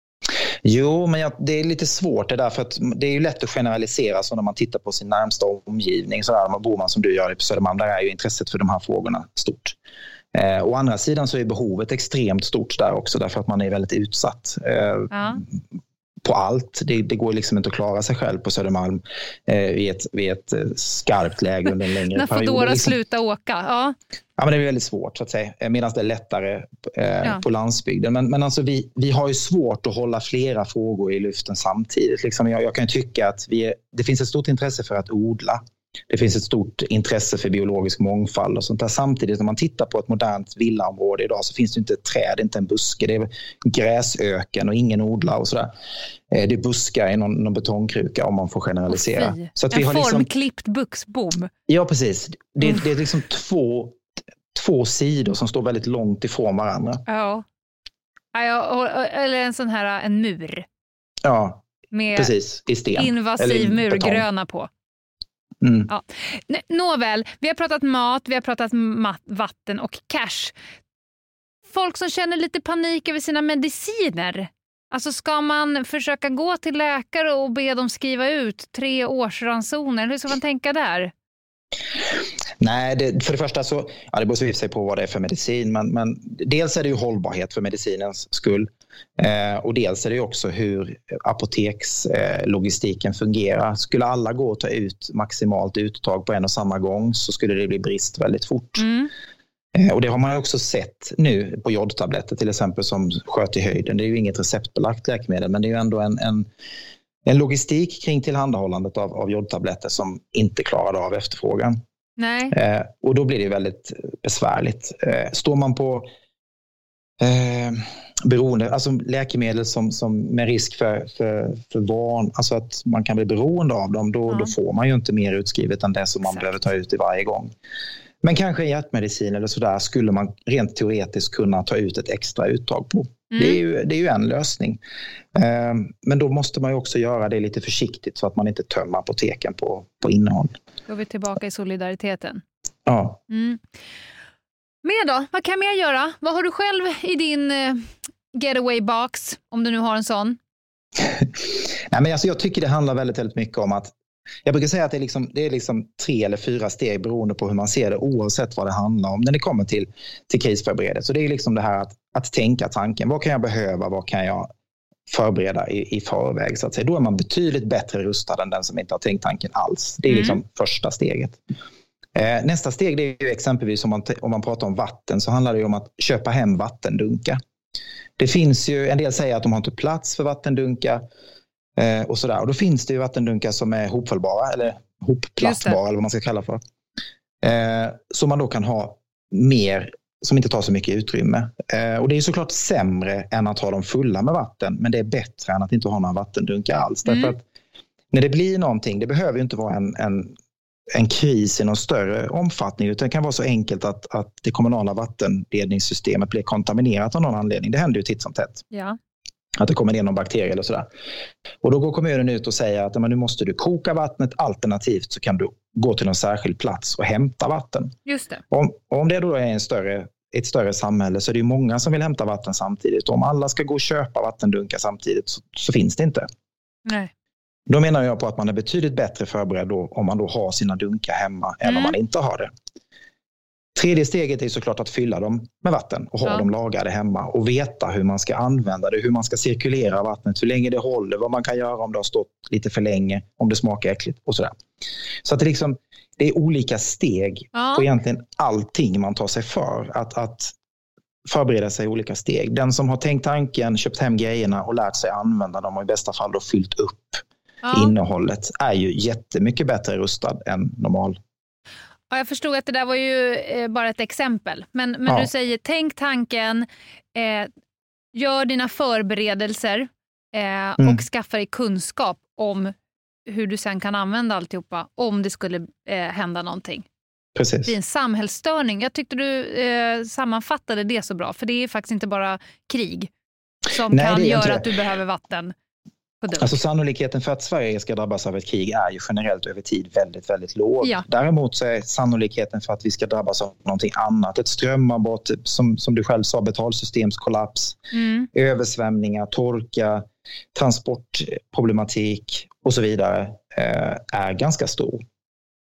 Jo, men jag, det är lite svårt det där för att det är ju lätt att generalisera så när man tittar på sin närmsta omgivning. Så där, bor man som du gör på Södermalm, där är ju intresset för de här frågorna stort. Eh, å andra sidan så är behovet extremt stort där också därför att man är väldigt utsatt. Eh, ja. på allt. Det, det går liksom inte att klara sig själv på Södermalm eh, vid, ett, vid ett skarpt läge under en längre när period. När Foodora liksom, sluta åka, ja. Ja, men det är väldigt svårt så att säga, medan det är lättare eh, ja. på landsbygden. Men, men alltså vi, vi har ju svårt att hålla flera frågor i luften samtidigt. Liksom jag, jag kan tycka att vi är, det finns ett stort intresse för att odla. Det finns ett stort intresse för biologisk mångfald och sånt där. Samtidigt när man tittar på ett modernt villaområde idag så finns det inte ett träd, inte en buske. Det är gräsöken och ingen odlar och sådär. Det är buskar i någon, någon betongkruka om man får generalisera. Oh, så att en vi har formklippt liksom, buxbom. Ja, precis. Det, mm. det är liksom två, två sidor som står väldigt långt ifrån varandra. Ja. ja eller en sån här en mur. Ja, med precis. I sten. Invasiv murgröna på. Mm. Ja. Nåväl, vi har pratat mat, vi har pratat mat, vatten och cash. Folk som känner lite panik över sina mediciner. Alltså ska man försöka gå till läkare och be dem skriva ut tre årsransoner? Hur ska man tänka där? Nej, det, för det första så, ja, det beror sig på vad det är för medicin. Men, men dels är det ju hållbarhet för medicinens skull. Eh, och dels är det ju också hur apotekslogistiken eh, fungerar. Skulle alla gå och ta ut maximalt uttag på en och samma gång så skulle det bli brist väldigt fort. Mm. Eh, och det har man också sett nu på jodtabletter till exempel som sköt i höjden. Det är ju inget receptbelagt läkemedel men det är ju ändå en, en, en logistik kring tillhandahållandet av, av jodtabletter som inte klarade av efterfrågan. Nej. Eh, och då blir det väldigt besvärligt. Eh, står man på eh, beroende, alltså läkemedel som, som med risk för, för, för barn, alltså att man kan bli beroende av dem, då, ja. då får man ju inte mer utskrivet än det som man Exakt. behöver ta ut i varje gång. Men kanske en hjärtmedicin eller sådär skulle man rent teoretiskt kunna ta ut ett extra uttag på. Mm. Det är ju, det är ju en lösning. Eh, men då måste man ju också göra det lite försiktigt så att man inte tömmer apoteken på, på innehåll. Då är vi tillbaka i solidariteten. Ja. Mm. Mer då? Vad kan jag mer göra? Vad har du själv i din eh, getaway box, om du nu har en sån? Nej, men alltså jag tycker det handlar väldigt, väldigt mycket om att jag brukar säga att det är, liksom, det är liksom tre eller fyra steg beroende på hur man ser det oavsett vad det handlar om när det kommer till, till krisförberedelse. Så det är liksom det här att, att tänka tanken. Vad kan jag behöva? Vad kan jag förbereda i, i förväg? Så att säga. Då är man betydligt bättre rustad än den som inte har tänkt tanken alls. Det är liksom mm. första steget. Eh, nästa steg det är ju exempelvis om man, om man pratar om vatten så handlar det ju om att köpa hem vattendunkar. Det finns ju, en del säger att de har inte plats för vattendunkar. Eh, och sådär. Och då finns det ju vattendunkar som är hopfällbara eller hopplattbara eller vad man ska kalla för. Eh, som man då kan ha mer som inte tar så mycket utrymme. Eh, och det är såklart sämre än att ha dem fulla med vatten, men det är bättre än att inte ha några vattendunkar alls. Mm. Därför att när det blir någonting, det behöver ju inte vara en, en, en kris i någon större omfattning, utan det kan vara så enkelt att, att det kommunala vattenledningssystemet blir kontaminerat av någon anledning. Det händer ju titt som tätt. Ja. Att det kommer ner någon bakterie eller sådär. Och då går kommunen ut och säger att men nu måste du koka vattnet, alternativt så kan du gå till någon särskild plats och hämta vatten. Just det. Om, om det då är en större, ett större samhälle så är det ju många som vill hämta vatten samtidigt. Och om alla ska gå och köpa vattendunkar samtidigt så, så finns det inte. Nej. Då menar jag på att man är betydligt bättre förberedd då, om man då har sina dunkar hemma mm. än om man inte har det. Tredje steget är såklart att fylla dem med vatten och ha ja. dem lagade hemma och veta hur man ska använda det, hur man ska cirkulera vattnet, hur länge det håller, vad man kan göra om det har stått lite för länge, om det smakar äckligt och sådär. Så att det, liksom, det är olika steg ja. på egentligen allting man tar sig för. Att, att förbereda sig i olika steg. Den som har tänkt tanken, köpt hem grejerna och lärt sig använda dem och i bästa fall då fyllt upp ja. innehållet är ju jättemycket bättre rustad än normal. Ja, jag förstod att det där var ju eh, bara ett exempel. Men, men ja. du säger, tänk tanken, eh, gör dina förberedelser eh, mm. och skaffa dig kunskap om hur du sen kan använda alltihopa om det skulle eh, hända någonting. Precis. Det är en samhällsstörning. Jag tyckte du eh, sammanfattade det så bra. För det är faktiskt inte bara krig som Nej, kan göra att du behöver vatten. Alltså sannolikheten för att Sverige ska drabbas av ett krig är ju generellt över tid väldigt, väldigt låg. Ja. Däremot så är sannolikheten för att vi ska drabbas av någonting annat, ett strömavbrott, som, som du själv sa, betalsystemskollaps, mm. översvämningar, torka, transportproblematik och så vidare, eh, är ganska stor.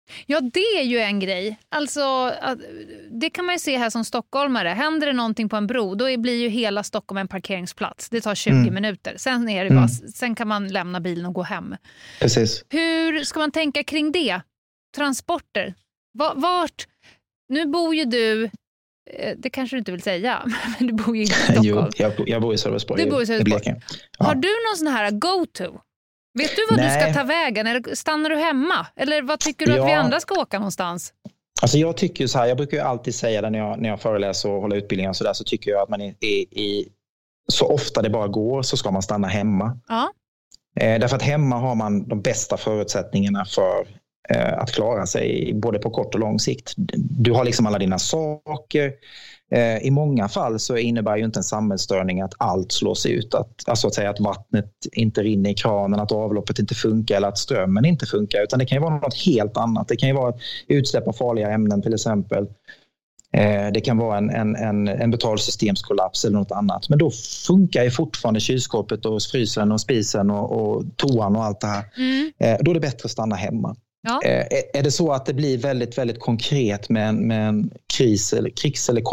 Ja, det är ju en grej. Alltså, det kan man ju se här som stockholmare. Händer det någonting på en bro, då blir ju hela Stockholm en parkeringsplats. Det tar tjugo mm. minuter. Sen, är det bara, mm. sen kan man lämna bilen och gå hem. Precis. Hur ska man tänka kring det? Transporter. Vart? Nu bor ju du... Det kanske du inte vill säga, men du bor ju i Stockholm. Jo, jag, jag bor i Sölvesborg. Du bor i Sölvesborg. Ja. Har du någon sån här go-to? Vet du vad Nej. du ska ta vägen? Eller stannar du hemma? Eller vad tycker du ja. att vi andra ska åka någonstans? Alltså jag tycker ju så här, jag brukar ju alltid säga det när jag, när jag föreläser och håller utbildningar och så där, så tycker jag att man är, är, är så ofta det bara går så ska man stanna hemma. Ja. Eh, därför att hemma har man de bästa förutsättningarna för eh, att klara sig både på kort och lång sikt. Du har liksom alla dina saker. I många fall så innebär ju inte en samhällsstörning att allt slås ut. Att, alltså att säga att vattnet inte rinner i kranen, att avloppet inte funkar eller att strömmen inte funkar. Utan det kan ju vara något helt annat. Det kan ju vara ett utsläpp av farliga ämnen till exempel. Det kan vara en, en, en, en betalsystemskollaps eller något annat. Men då funkar ju fortfarande kylskåpet och frysen och spisen och, och toan och allt det här. Mm. Då är det bättre att stanna hemma. Ja. Är det så att det blir väldigt, väldigt konkret med en, med en kris eller krigs- eller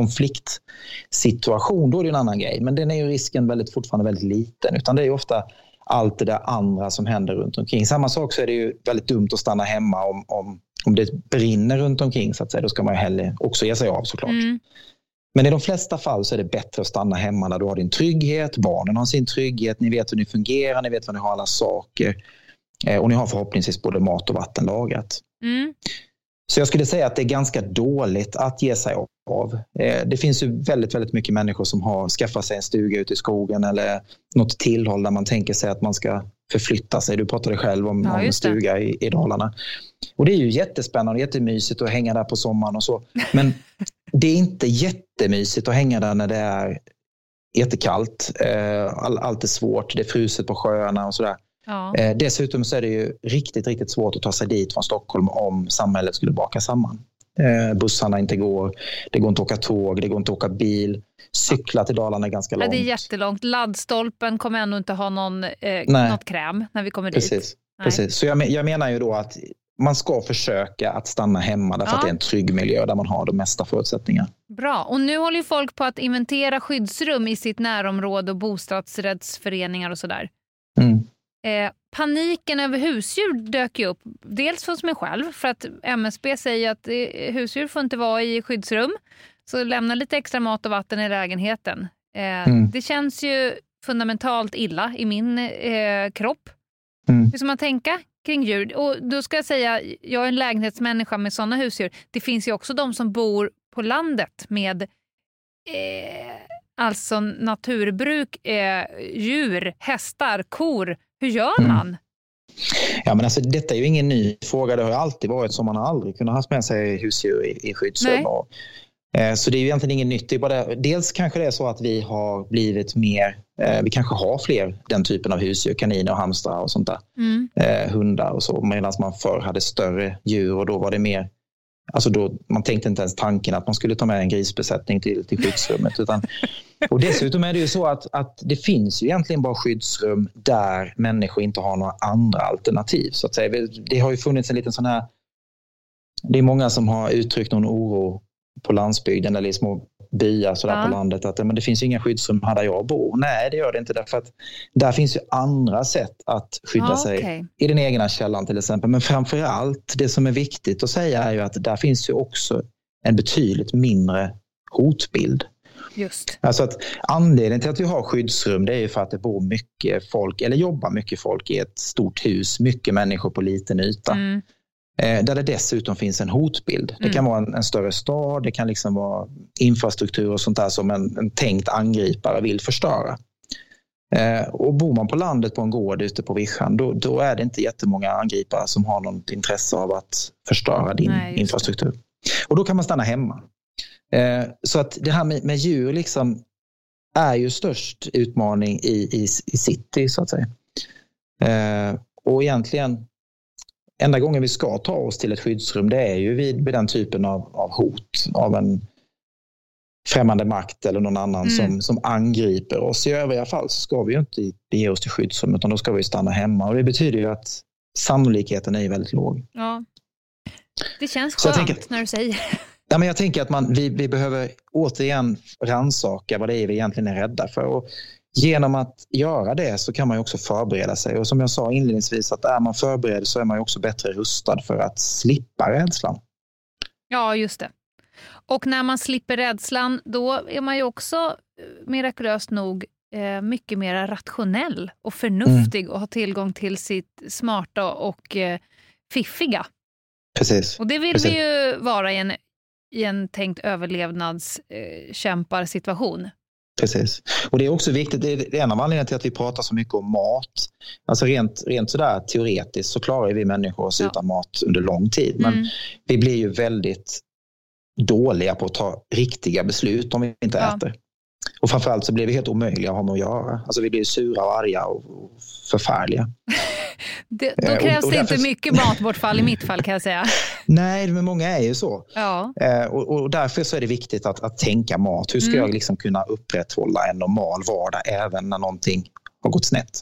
konfliktsituation, då är det en annan grej. Men den är ju risken väldigt, fortfarande väldigt liten. Utan det är ju ofta allt det där andra som händer runt omkring. Samma sak så är det ju väldigt dumt att stanna hemma om, om, om det brinner runt omkring. Så att säga. Då ska man ju hellre också ge sig av såklart. Mm. Men i de flesta fall så är det bättre att stanna hemma där du har din trygghet. Barnen har sin trygghet. Ni vet hur ni fungerar. Ni vet vad ni har alla saker. Och ni har förhoppningsvis både mat och vatten lagrat. Mm. Så jag skulle säga att det är ganska dåligt att ge sig av. Det finns ju väldigt, väldigt mycket människor som har skaffat sig en stuga ute i skogen eller något tillhåll där man tänker sig att man ska förflytta sig. Du pratade själv om, ja, om en stuga i, i Dalarna. Och det är ju jättespännande och jättemysigt att hänga där på sommaren och så. Men det är inte jättemysigt att hänga där när det är jättekallt. All, allt är svårt, det är fruset på sjöarna och sådär. Ja. Eh, dessutom så är det ju riktigt, riktigt svårt att ta sig dit från Stockholm om samhället skulle baka samman. Eh, bussarna inte går, det går inte att åka tåg, det går inte att åka bil. Cykla till Dalarna är ganska långt. Ja, det är jättelångt. Laddstolpen kommer ändå inte ha någon, eh, något kräm när vi kommer Precis. dit. Precis. Så jag, jag menar ju då att man ska försöka att stanna hemma därför ja. att det är en trygg miljö där man har de mesta förutsättningar. Bra. Och nu håller ju folk på att inventera skyddsrum i sitt närområde och bostadsrättsföreningar och sådär. Mm. Eh, paniken över husdjur dök ju upp. Dels hos mig själv för att M S B säger att eh, husdjur får inte vara i skyddsrum. Så lämna lite extra mat och vatten i lägenheten. Eh, mm. Det känns ju fundamentalt illa i min eh, kropp. Mm. Hur ska man tänka kring djur? Och då ska jag säga, jag är en lägenhetsmänniska med sådana husdjur. Det finns ju också de som bor på landet med eh, alltså naturbruk, eh, djur, hästar, kor. Hur gör man? Mm. Ja, men alltså, detta är ju ingen ny fråga. Det har alltid varit som man har aldrig kunnat ha med sig husdjur i, i skyddsrum. Och, eh, så det är ju egentligen inget nytt. Det är bara, dels kanske det är så att vi har blivit mer, eh, vi kanske har fler den typen av husdjur, kaniner och hamstrar och sånt där. Mm. Eh, hundar och så. Medan man förr hade större djur och då var det mer, alltså då, man tänkte inte ens tanken att man skulle ta med en grisbesättning till, till skyddsrummet. Utan, och dessutom är det ju så att, att det finns ju egentligen bara skyddsrum där människor inte har några andra alternativ. Så att säga. Det har ju funnits en liten sån här, det är många som har uttryckt någon oro på landsbygden eller i små byar sådär ja. på landet att men det finns ju inga skyddsrum här där jag bor. Nej, det gör det inte därför att där finns ju andra sätt att skydda ja, sig okay. i den egna källan till exempel. Men framförallt det som är viktigt att säga är ju att där finns ju också en betydligt mindre hotbild. Just. Alltså att anledningen till att vi har skyddsrum det är ju för att det bor mycket folk eller jobbar mycket folk i ett stort hus, mycket människor på liten yta. Mm. Där det dessutom finns en hotbild. Det Mm. kan vara en, en större stad, det kan liksom vara infrastruktur och sånt där som en, en tänkt angripare vill förstöra. Eh, och bor man på landet på en gård ute på vischan, då, då är det inte jättemånga angripare som har något intresse av att förstöra din Nej, infrastruktur. Och då kan man stanna hemma. Eh, så att det här med, med djur liksom är ju störst utmaning i, i, i city så att säga. Eh, och egentligen enda gången vi ska ta oss till ett skyddsrum det är ju vid, vid den typen av, av hot av en främmande makt eller någon annan mm. som, som angriper oss. I övriga fall så ska vi ju inte bege oss till skyddsrum utan då ska vi stanna hemma och det betyder ju att sannolikheten är väldigt låg. Ja. Det känns Så jag skönt tänker- när du säger. Ja, men jag tänker att man, vi, vi behöver återigen rannsaka vad det är vi egentligen är rädda för. Och genom att göra det så kan man ju också förbereda sig. Och som jag sa inledningsvis, att är man förberedd så är man ju också bättre rustad för att slippa rädslan. Ja, just det. Och när man slipper rädslan, då är man ju också mirakulöst nog eh, mycket mer rationell och förnuftig mm. och har tillgång till sitt smarta och eh, fiffiga. Precis. Och det vill Precis. vi ju vara i en, i en tänkt överlevnadskämparsituation. Eh, Precis. Och det är också viktigt, det är en av anledningarna till att vi pratar så mycket om mat. Alltså rent, rent sådär teoretiskt så klarar vi människor oss Ja. utan mat under lång tid. Men Mm. vi blir ju väldigt dåliga på att ta riktiga beslut om vi inte Ja. äter. Och framförallt så blir vi helt omöjliga att ha med att göra. Alltså vi blir sura och arga och och förfärliga. Det, då Eh, och- krävs och det därför- inte mycket matbortfall i mitt fall, kan jag säga. Nej, men många är ju så. Ja. Eh, och, och därför så är det viktigt att, att tänka mat. Hur ska Mm. jag liksom kunna upprätthålla en normal vardag även när någonting har gått snett?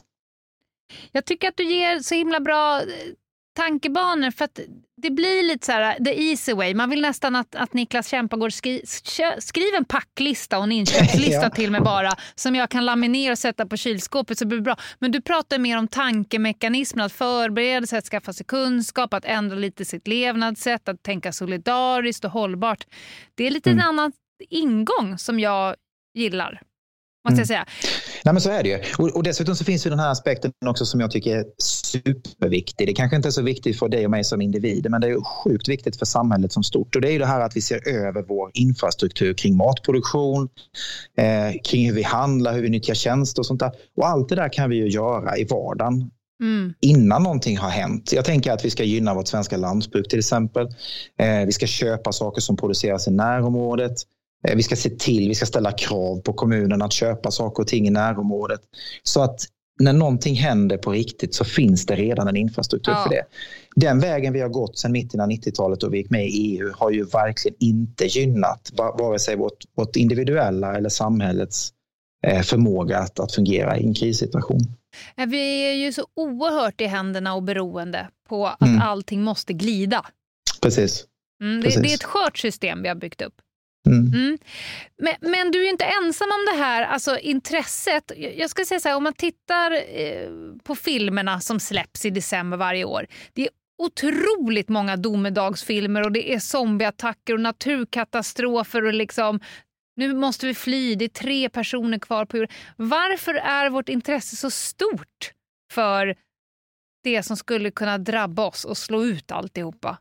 Jag tycker att du ger så himla bra eh, tankebanor, för att det blir lite så här the easy way. Man vill nästan att, att Niklas Kämpagård skri, skriv en packlista och en inköpslista Ja. till mig bara, som jag kan laminera och sätta på kylskåpet så blir det bra. Men du pratar mer om tankemekanismen, att förbereda sig, att skaffa sig kunskap, att ändra lite sitt levnadssätt, att tänka solidariskt och hållbart. Det är lite Mm. en annan ingång som jag gillar, måste Mm. jag säga. Nej, men så är det ju. Och, och dessutom så finns ju den här aspekten också som jag tycker är superviktig. Det kanske inte är så viktigt för dig och mig som individer, men det är ju sjukt viktigt för samhället som stort. Och det är ju det här att vi ser över vår infrastruktur kring matproduktion, eh, kring hur vi handlar, hur vi nyttjar tjänster och sånt där. Och allt det där kan vi ju göra i vardagen. Mm. Innan någonting har hänt. Jag tänker att vi ska gynna vårt svenska lantbruk till exempel. Eh, vi ska köpa saker som produceras i närområdet. Eh, vi ska se till, vi ska ställa krav på kommunen att köpa saker och ting i närområdet. Så att när någonting händer på riktigt så finns det redan en infrastruktur Ja. för det. Den vägen vi har gått sedan mitten av nittiotalet och vi gick med i E U har ju verkligen inte gynnat vare sig vårt, vårt individuella eller samhällets eh, förmåga att, att fungera i en krissituation. Vi är ju så oerhört i händerna och beroende på att Mm. allting måste glida. Precis. Mm, det, Precis. det är ett skört system vi har byggt upp. Mm. Mm. Men, men du är inte ensam om det här, alltså intresset. Jag ska säga så här, om man tittar eh, på filmerna som släpps i december varje år. Det är otroligt många domedagsfilmer och det är zombieattacker och naturkatastrofer och liksom, nu måste vi fly, det är tre personer kvar på jorden. Varför är vårt intresse så stort för det som skulle kunna drabba oss och slå ut alltihopa?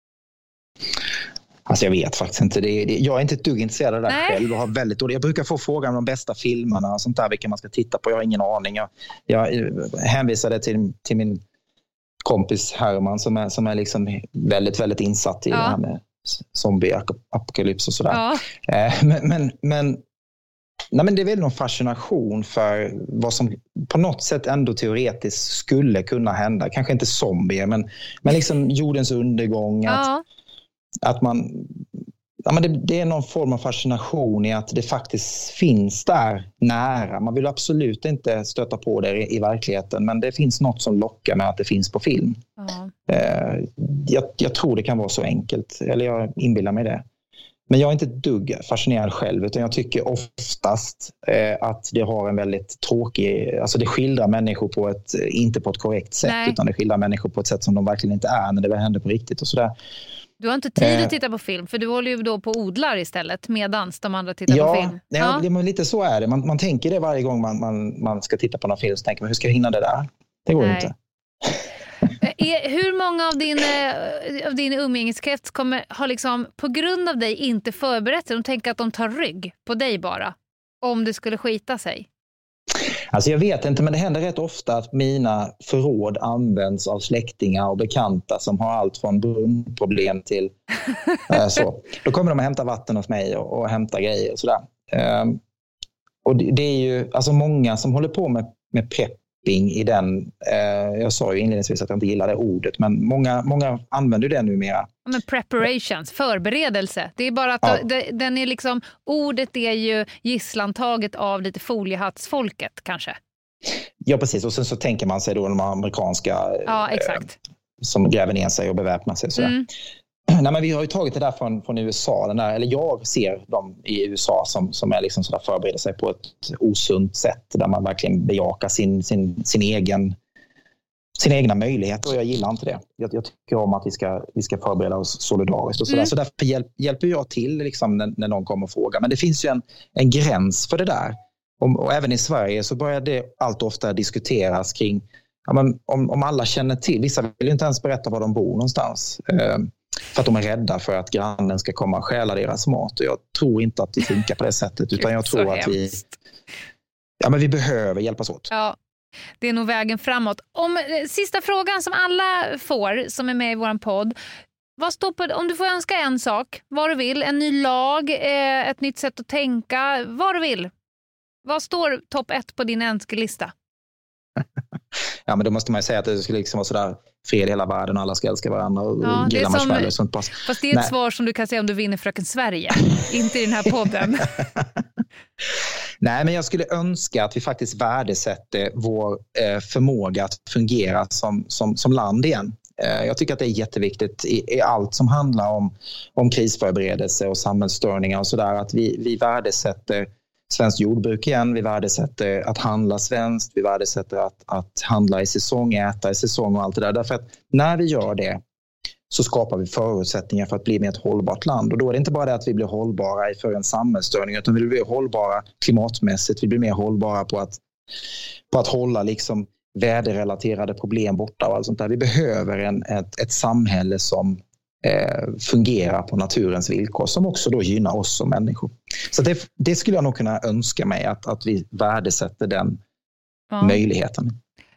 Alltså jag vet faktiskt inte. Det är, det, jag är inte ett dugg intresserad av det där Nej. själv. Jag, har väldigt, jag brukar få frågan om de bästa filmerna och sånt där, vilka man ska titta på. Jag har ingen aning. Jag, jag hänvisade till, till min kompis Herman som är, som är liksom väldigt, väldigt insatt i Ja. det här med zombie-apokalyps och sådär. Ja. Eh, men, men, men, nej, men det är väl någon fascination för vad som på något sätt ändå teoretiskt skulle kunna hända. Kanske inte zombier, men, men liksom jordens undergång. Att, Ja. att man, ja, men det, det är någon form av fascination i att det faktiskt finns där nära. Man vill absolut inte stöta på det i, i verkligheten, men det finns något som lockar med att det finns på film. Ja. Eh, jag, jag tror det kan vara så enkelt, eller jag inbillar mig det. Men jag är inte ett dugg fascinerad själv, utan jag tycker oftast eh, att det har en väldigt tråkig, alltså det skildrar människor på ett, inte på ett korrekt sätt, Nej. utan det skildrar människor på ett sätt som de verkligen inte är när det väl händer på riktigt och sådär. Du har inte tid Eh. att titta på film, för du håller ju då på och odlar istället medans de andra tittar Ja, på film. ja. Det, men lite så är det. Man, man tänker det varje gång man, man, man ska titta på någon film, så tänker man, hur ska jag hinna det där? Det går Nej. inte. Är, hur många av din, eh, av din umgängeskrets kommer, har liksom på grund av dig inte förberett sig? De tänker att de tar rygg på dig bara, om det skulle skita sig. Alltså jag vet inte, men det händer rätt ofta att mina förråd används av släktingar och bekanta som har allt från brunnproblem till eh, så. Då kommer de att hämta vatten hos mig och, och hämta grejer och sådär. Um, och det, det är ju alltså många som håller på med, med prepping i den, eh, jag sa ju inledningsvis att jag inte gillar det ordet, men många, många använder det numera. Men preparations, förberedelse. Det är bara att Ja. det, den är liksom, ordet är ju gisslantaget av lite foliehattsfolket kanske. Ja, precis. Och sen så tänker man sig då de amerikanska Ja, exakt. eh, som gräver ner sig och beväpnar sig. Sådär. Mm. Nej, men vi har ju tagit det där från, från U S A. Den där, eller jag ser dem i U S A som, som är liksom sådär förbereder sig på ett osunt sätt. Där man verkligen bejakar sin, sin, sin egen sina egna möjligheter, och jag gillar inte det. Jag, jag tycker om att vi ska, vi ska förbereda oss solidariskt och sådär. Mm. Så därför hjälp, hjälper jag till liksom, när, när någon kommer och frågar. Men det finns ju en, en gräns för det där. Och, och även i Sverige så börjar det allt ofta diskuteras kring, ja, men om, om alla känner till, vissa vill ju inte ens berätta var de bor någonstans. Eh, för att de är rädda för att grannen ska komma och stjäla deras mat. Och jag tror inte att det funkar på det sättet, utan jag tror att vi, ja, men vi behöver hjälpas åt. Ja. Det är nog vägen framåt. Om, sista frågan som alla får som är med i vår podd. Vad står på, om du får önska en sak, vad du vill, en ny lag, eh, ett nytt sätt att tänka, vad du vill. Vad står topp ett på din önskelista? Ja, men då måste man ju säga att det skulle liksom vara sådär fred i hela världen och alla ska älska varandra och ja, grilla marshmallows och sånt. Pass. Fast det är ett Nej. svar som du kan säga om du vinner Fröken Sverige. Inte i den här podden. Nej, men jag skulle önska att vi faktiskt värdesätter vår eh, förmåga att fungera som, som, som land igen. Eh, jag tycker att det är jätteviktigt i, i allt som handlar om, om krisförberedelse och samhällsstörningar och sådär, att vi, vi värdesätter svenskt jordbruk igen, vi värdesätter att handla svenskt, vi värdesätter att, att handla i säsong, äta i säsong och allt det där. Därför att när vi gör det så skapar vi förutsättningar för att bli med ett hållbart land. Och då är det inte bara det att vi blir hållbara för en samhällsstörning, utan vi blir hållbara klimatmässigt, vi blir mer hållbara på att, på att hålla liksom väderrelaterade problem borta och allt sånt där. Vi behöver en, ett, ett samhälle som eh, fungerar på naturens villkor, som också då gynnar oss som människor. Så det, det skulle jag nog kunna önska mig, att, att vi värdesätter den ja. möjligheten.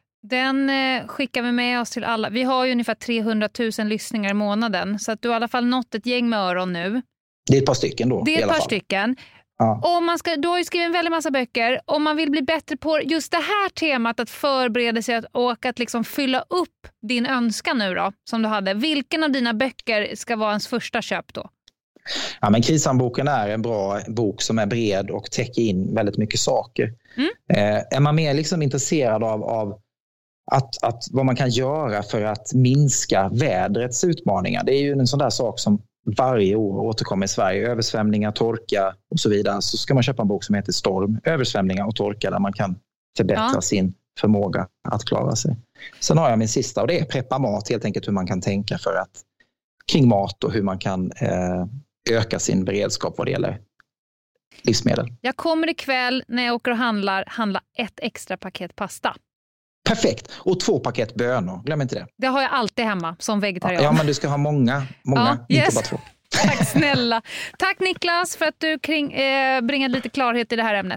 Den eh, skickar vi med oss till alla. Vi har ju ungefär trehundratusen lyssningar i månaden. Så att du har i alla fall nått ett gäng med öron nu. Det är ett par stycken då. Det är ett par fall. stycken. Ja. Och man ska, du har ju skrivit en väldigt massa böcker. Om man vill bli bättre på just det här temat, att förbereda sig och att liksom fylla upp din önskan nu då, som du hade. Vilken av dina böcker ska vara ens första köp då? Ja, men Krishandboken är en bra bok som är bred och täcker in väldigt mycket saker. Mm. Eh, är man mer liksom intresserad av, av Att, att vad man kan göra för att minska vädrets utmaningar. Det är ju en sån där sak som varje år återkommer i Sverige. Översvämningar, torka och så vidare. Så ska man köpa en bok som heter Storm. Översvämningar och torka, där man kan förbättra ja. sin förmåga att klara sig. Sen har jag min sista, och det är Preppa mat. Helt enkelt hur man kan tänka för att kring mat och hur man kan eh, öka sin beredskap vad det gäller livsmedel. Jag kommer ikväll när jag åker och handlar handla ett extra paket pasta. Perfekt. Och två paket bönor. Glöm inte det. Det har jag alltid hemma som vegetarian. Ja, men du ska ha många. Många, ja, inte yes. bara två. Tack snälla. Tack Niklas för att du kring, eh, bringade lite klarhet i det här ämnet.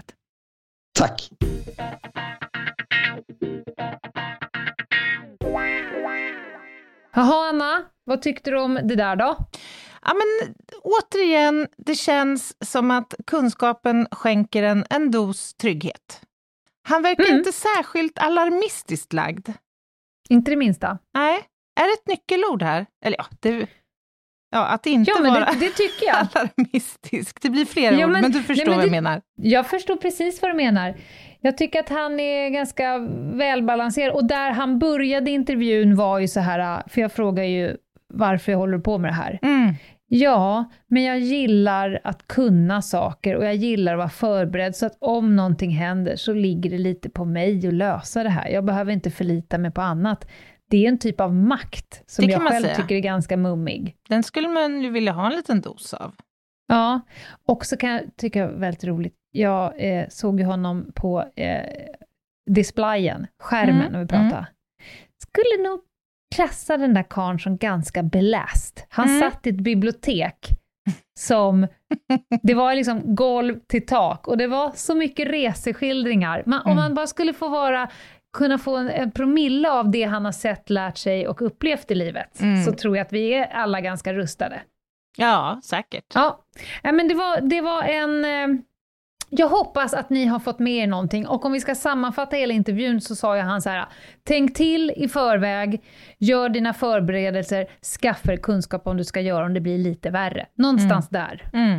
Tack. Jaha Anna, vad tyckte du om det där då? Ja, men återigen, det känns som att kunskapen skänker en, en dos trygghet. Han verkar mm. inte särskilt alarmistiskt lagd. Inte det minsta. Nej, är det ett nyckelord här? Eller ja, det, ja att inte ja, men vara det, det tycker jag. alarmistisk. Det blir fler ja, ord, men, men du förstår nej, men vad jag det, menar. Jag förstår precis vad du menar. Jag tycker att han är ganska välbalanserad. Och där han började intervjun var ju så här, för jag frågar ju varför jag håller på med det här. Mm. Ja, men jag gillar att kunna saker och jag gillar att vara förberedd, så att om någonting händer så ligger det lite på mig att lösa det här. Jag behöver inte förlita mig på annat. Det är en typ av makt som jag själv säga. tycker är ganska mummig. Den skulle man ju vilja ha en liten dos av. Ja, och så kan jag tycka det är väldigt roligt. Jag eh, såg ju honom på eh, displayen, skärmen mm. när vi pratade. Mm. Skulle nog klassa den där karln som ganska beläst. Han mm. satt i ett bibliotek som det var liksom golv till tak och det var så mycket reseskildringar. Man, mm. Om man bara skulle få vara kunna få en, en promille av det han har sett, lärt sig och upplevt i livet mm. så tror jag att vi är alla ganska rustade. Ja, säkert. Ja, men det var, det var en... Jag hoppas att ni har fått med er någonting. Och om vi ska sammanfatta hela intervjun så sa jag han så här: tänk till i förväg, gör dina förberedelser, skaffa er kunskap om du ska göra om det blir lite värre. Någonstans mm. där. Mm.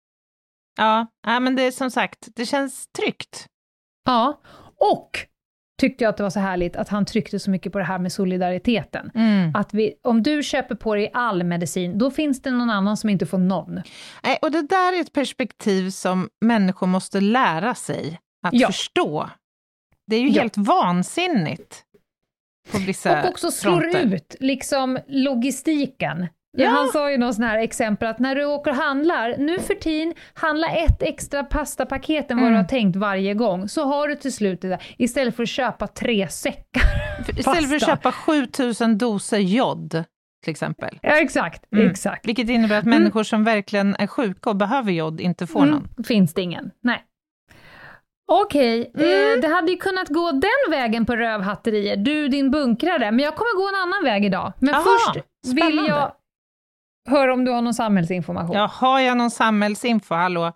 Ja, ja, men det är som sagt, det känns tryggt. Ja, och tyckte jag att det var så härligt att han tryckte så mycket på det här med solidariteten. Mm. Att vi, om du köper på dig all medicin, då finns det någon annan som inte får någon. Nej, och det där är ett perspektiv som människor måste lära sig att ja. förstå. Det är ju ja. helt vansinnigt på vissa och också slår fronter. ut liksom logistiken. Ja. Ja, han sa ju någon sån här exempel att när du åker och handlar, nu för tiden, handla ett extra pastapaket än vad Mm. du har tänkt varje gång, så har du till slut det där, istället för att köpa tre säckar Istället pasta. för att köpa sjutusen doser jod, till exempel. Ja, exakt. Mm. exakt. Vilket innebär att Mm. människor som verkligen är sjuka och behöver jod inte får Mm. någon. Finns det ingen. Nej. Okej, Mm. eh, det hade ju kunnat gå den vägen på rövhatterier, du din bunkrare, men jag kommer gå en annan väg idag. Men Aha, först vill spännande. jag höra om du har någon samhällsinformation. Ja, har jag någon samhällsinfo? Hallå?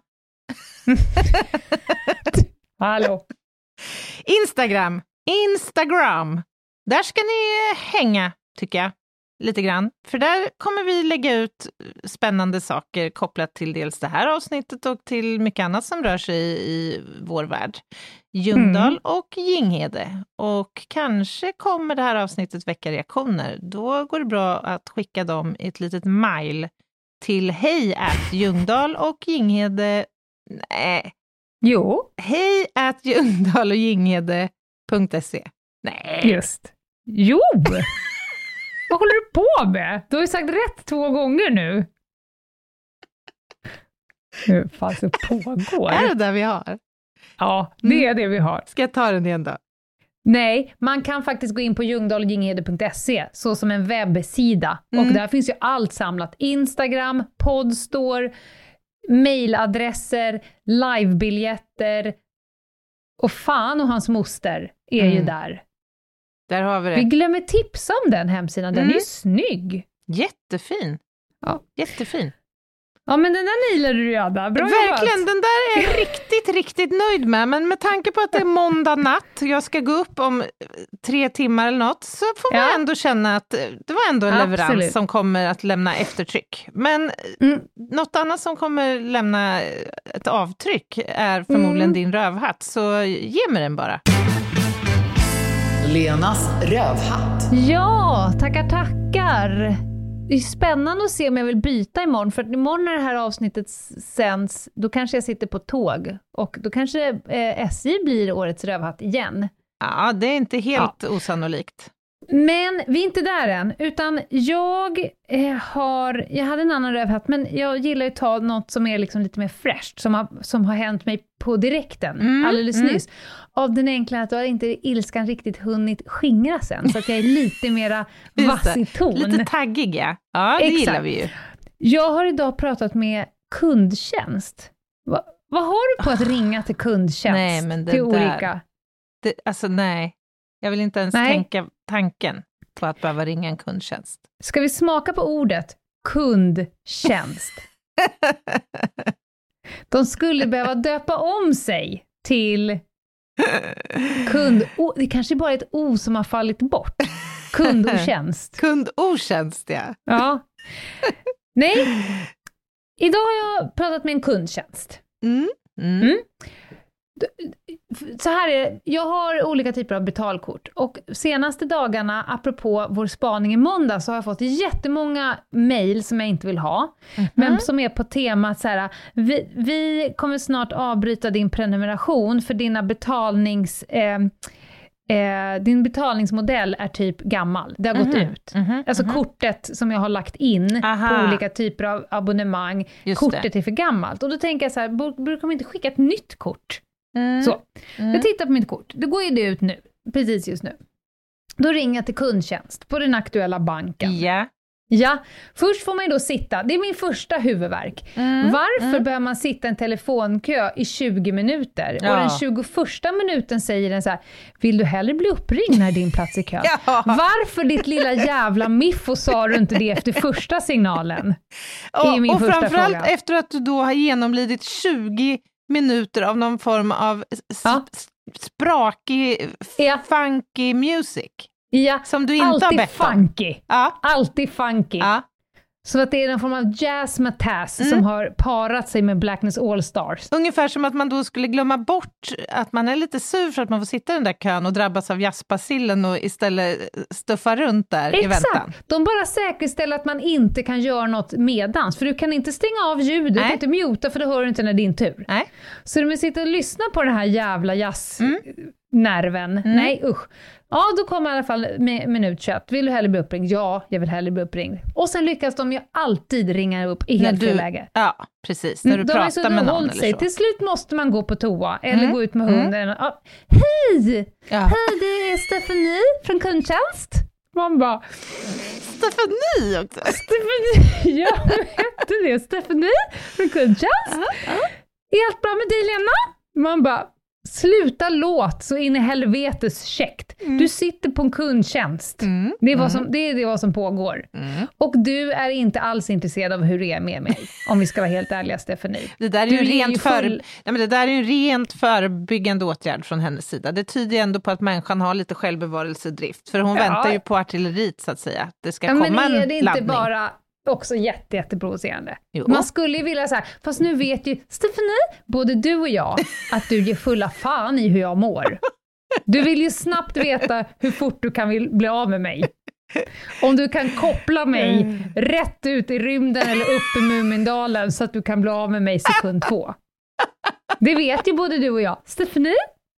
Hallå. Instagram. Instagram. Där ska ni hänga, tycker jag. Lite grann. För där kommer vi lägga ut spännande saker kopplat till dels det här avsnittet och till mycket annat som rör sig i, i vår värld. Ljungdahl mm. och Ginghede. Och kanske kommer det här avsnittet väcka reaktioner. Då går det bra att skicka dem i ett litet mail till hej at Ljungdahl och Ginghede. Nej. Jo. Hej at Ljungdahl och Ginghede punkt se. Nej. Just. Jo! Vad håller du på med? Du har ju sagt rätt två gånger nu. Hur fan så pågår? Är det där vi har? Ja, det är det vi har. Ska jag ta den igen då? Nej, man kan faktiskt gå in på ljungdahl och ginghede punkt se så som en webbsida. Mm. Och där finns ju allt samlat. Instagram, poddstore, mailadresser, livebiljetter. Och fan och hans moster är mm. ju där. Där har vi det. Vi glömmer tipsa om den hemsidan. Den mm. är ju snygg. Jättefin. Ja. Jättefin. Ja, men den där nilade du redan. Bra Verkligen, jobbat. den där är jag riktigt, riktigt nöjd med. Men med tanke på att det är måndag natt, jag ska gå upp om tre timmar eller något, så får man ja. ändå känna att det var ändå en Absolut. leverans som kommer att lämna eftertryck. Men mm. något annat som kommer lämna ett avtryck är förmodligen mm. din rövhatt. Så ge mig den bara. Lenas rövhatt. Ja, tackar, tackar. Det är spännande att se om jag vill byta imorgon. För att imorgon när det här avsnittet sänds, då kanske jag sitter på tåg. Och då kanske eh, S J blir årets rövhatt igen. Ja, det är inte helt ja. osannolikt. Men vi är inte där än. Utan jag eh, har... Jag hade en annan rövhatt, men jag gillar att ta något som är liksom lite mer fräscht. Som har, som har hänt mig på direkten, mm, alldeles mm. nyss. Av den enkla att då har inte ilskan riktigt hunnit skingra sen. Så att jag är lite mera vass i ton. Lite taggig, ja. Ja, det Exakt. gillar vi ju. Jag har idag pratat med kundtjänst. Va, vad har du på att ringa till kundtjänst? Nej, men det till där, olika? Det, alltså nej, jag vill inte ens nej. tänka tanken på att behöva ringa en kundtjänst. Ska vi smaka på ordet kundtjänst? De skulle behöva döpa om sig till kund... Oh, det kanske bara är ett O som har fallit bort. Kundotjänst. Kundotjänst, ja. Ja. Nej. Idag har jag pratat med en kundtjänst. Mm. Mm. Mm. Så här är det. Jag har olika typer av betalkort. Och senaste dagarna, apropå vår spaning i måndag, så har jag fått jättemånga mejl som jag inte vill ha. Mm-hmm. Men som är på temat så här: vi, vi kommer snart avbryta din prenumeration för dina betalnings... Eh, Eh, din betalningsmodell är typ gammal. Det har mm-hmm. gått ut. Mm-hmm. Alltså mm-hmm. kortet som jag har lagt in Aha. på olika typer av abonnemang. Just kortet det. är för gammalt. Och då tänker jag så här, brukar man inte skicka ett nytt kort? Mm. Så, mm. jag tittar på mitt kort. Det går ju det ut nu. Precis just nu. Då ringer jag till kundtjänst på den aktuella banken. Ja. Ja, först får man ju då sitta. Det är min första huvudvärk. Mm, Varför mm. bör man sitta i en telefonkö i tjugo minuter? Ja. Och den tjugoförsta minuten säger den så här: vill du hellre bli uppringd när din plats i kö? Ja. Varför ditt lilla jävla miffo sa du inte det efter första signalen? Och, är min och första framförallt fråga. Efter att du då har genomlidit tjugo minuter av någon form av s- ja. sprakig, ja. funky music. Ja, som du inte alltid har bett funky. Ja. Alltid funky. Ja. Så att det är en form av jazzmatazz Mm. som har parat sig med Blackness All Stars. Ungefär som att man då skulle glömma bort att man är lite sur för att man får sitta i den där kön och drabbas av jazzbacillen och istället stuffa runt där Exakt. i väntan. De bara säkerställer att man inte kan göra något medans. För du kan inte stänga av ljudet, du kan inte muta för då hör du inte när det är din tur. Nej. Så de sitter och lyssnar på den här jävla jazznerven. Mm. Nej, usch. Ja, då kommer i alla fall med minut tjugoett. Vill du hellre bli uppringd? Ja, jag vill hellre bli uppringd. Och sen lyckas de ju alltid ringa upp i helt fel läge. Ja, precis. När du de pratar med någon eller sig. så. Till slut måste man gå på toa eller Mm. gå ut med Mm. hunden. Ja. Hej! Ja. Hej, det är Stephanie från kundtjänst. Man bara... Stephanie också. Stephanie, ja, vad hette det? Stephanie från kundtjänst. Är allt bra med dig, Lena? Man bara... Sluta låt så in i helvetes käckt. Mm. Du sitter på en kundtjänst. Mm. Det, är vad Mm. som, det är det vad som pågår. Mm. Och du är inte alls intresserad av hur det är med mig. Om vi ska vara helt ärliga, Stephanie. Det där är Du ju är rent ju för... full- Nej, men det där är ju en rent förebyggande åtgärd från hennes sida. Det tyder ju ändå på att människan har lite självbevarelsedrift. För hon Ja. väntar ju på artilleriet så att säga. Det ska Ja, komma men är en det inte laddning. bara också jätte, jätteprovocerande? Jo. Man skulle ju vilja så här, fast nu vet ju Stephanie, både du och jag, att du ger fulla fan i hur jag mår. Du vill ju snabbt veta hur fort du kan vill bli av med mig. Om du kan koppla mig Mm. rätt ut i rymden eller upp i Mumindalen så att du kan bli av med mig sekund två. Det vet ju både du och jag. Stephanie?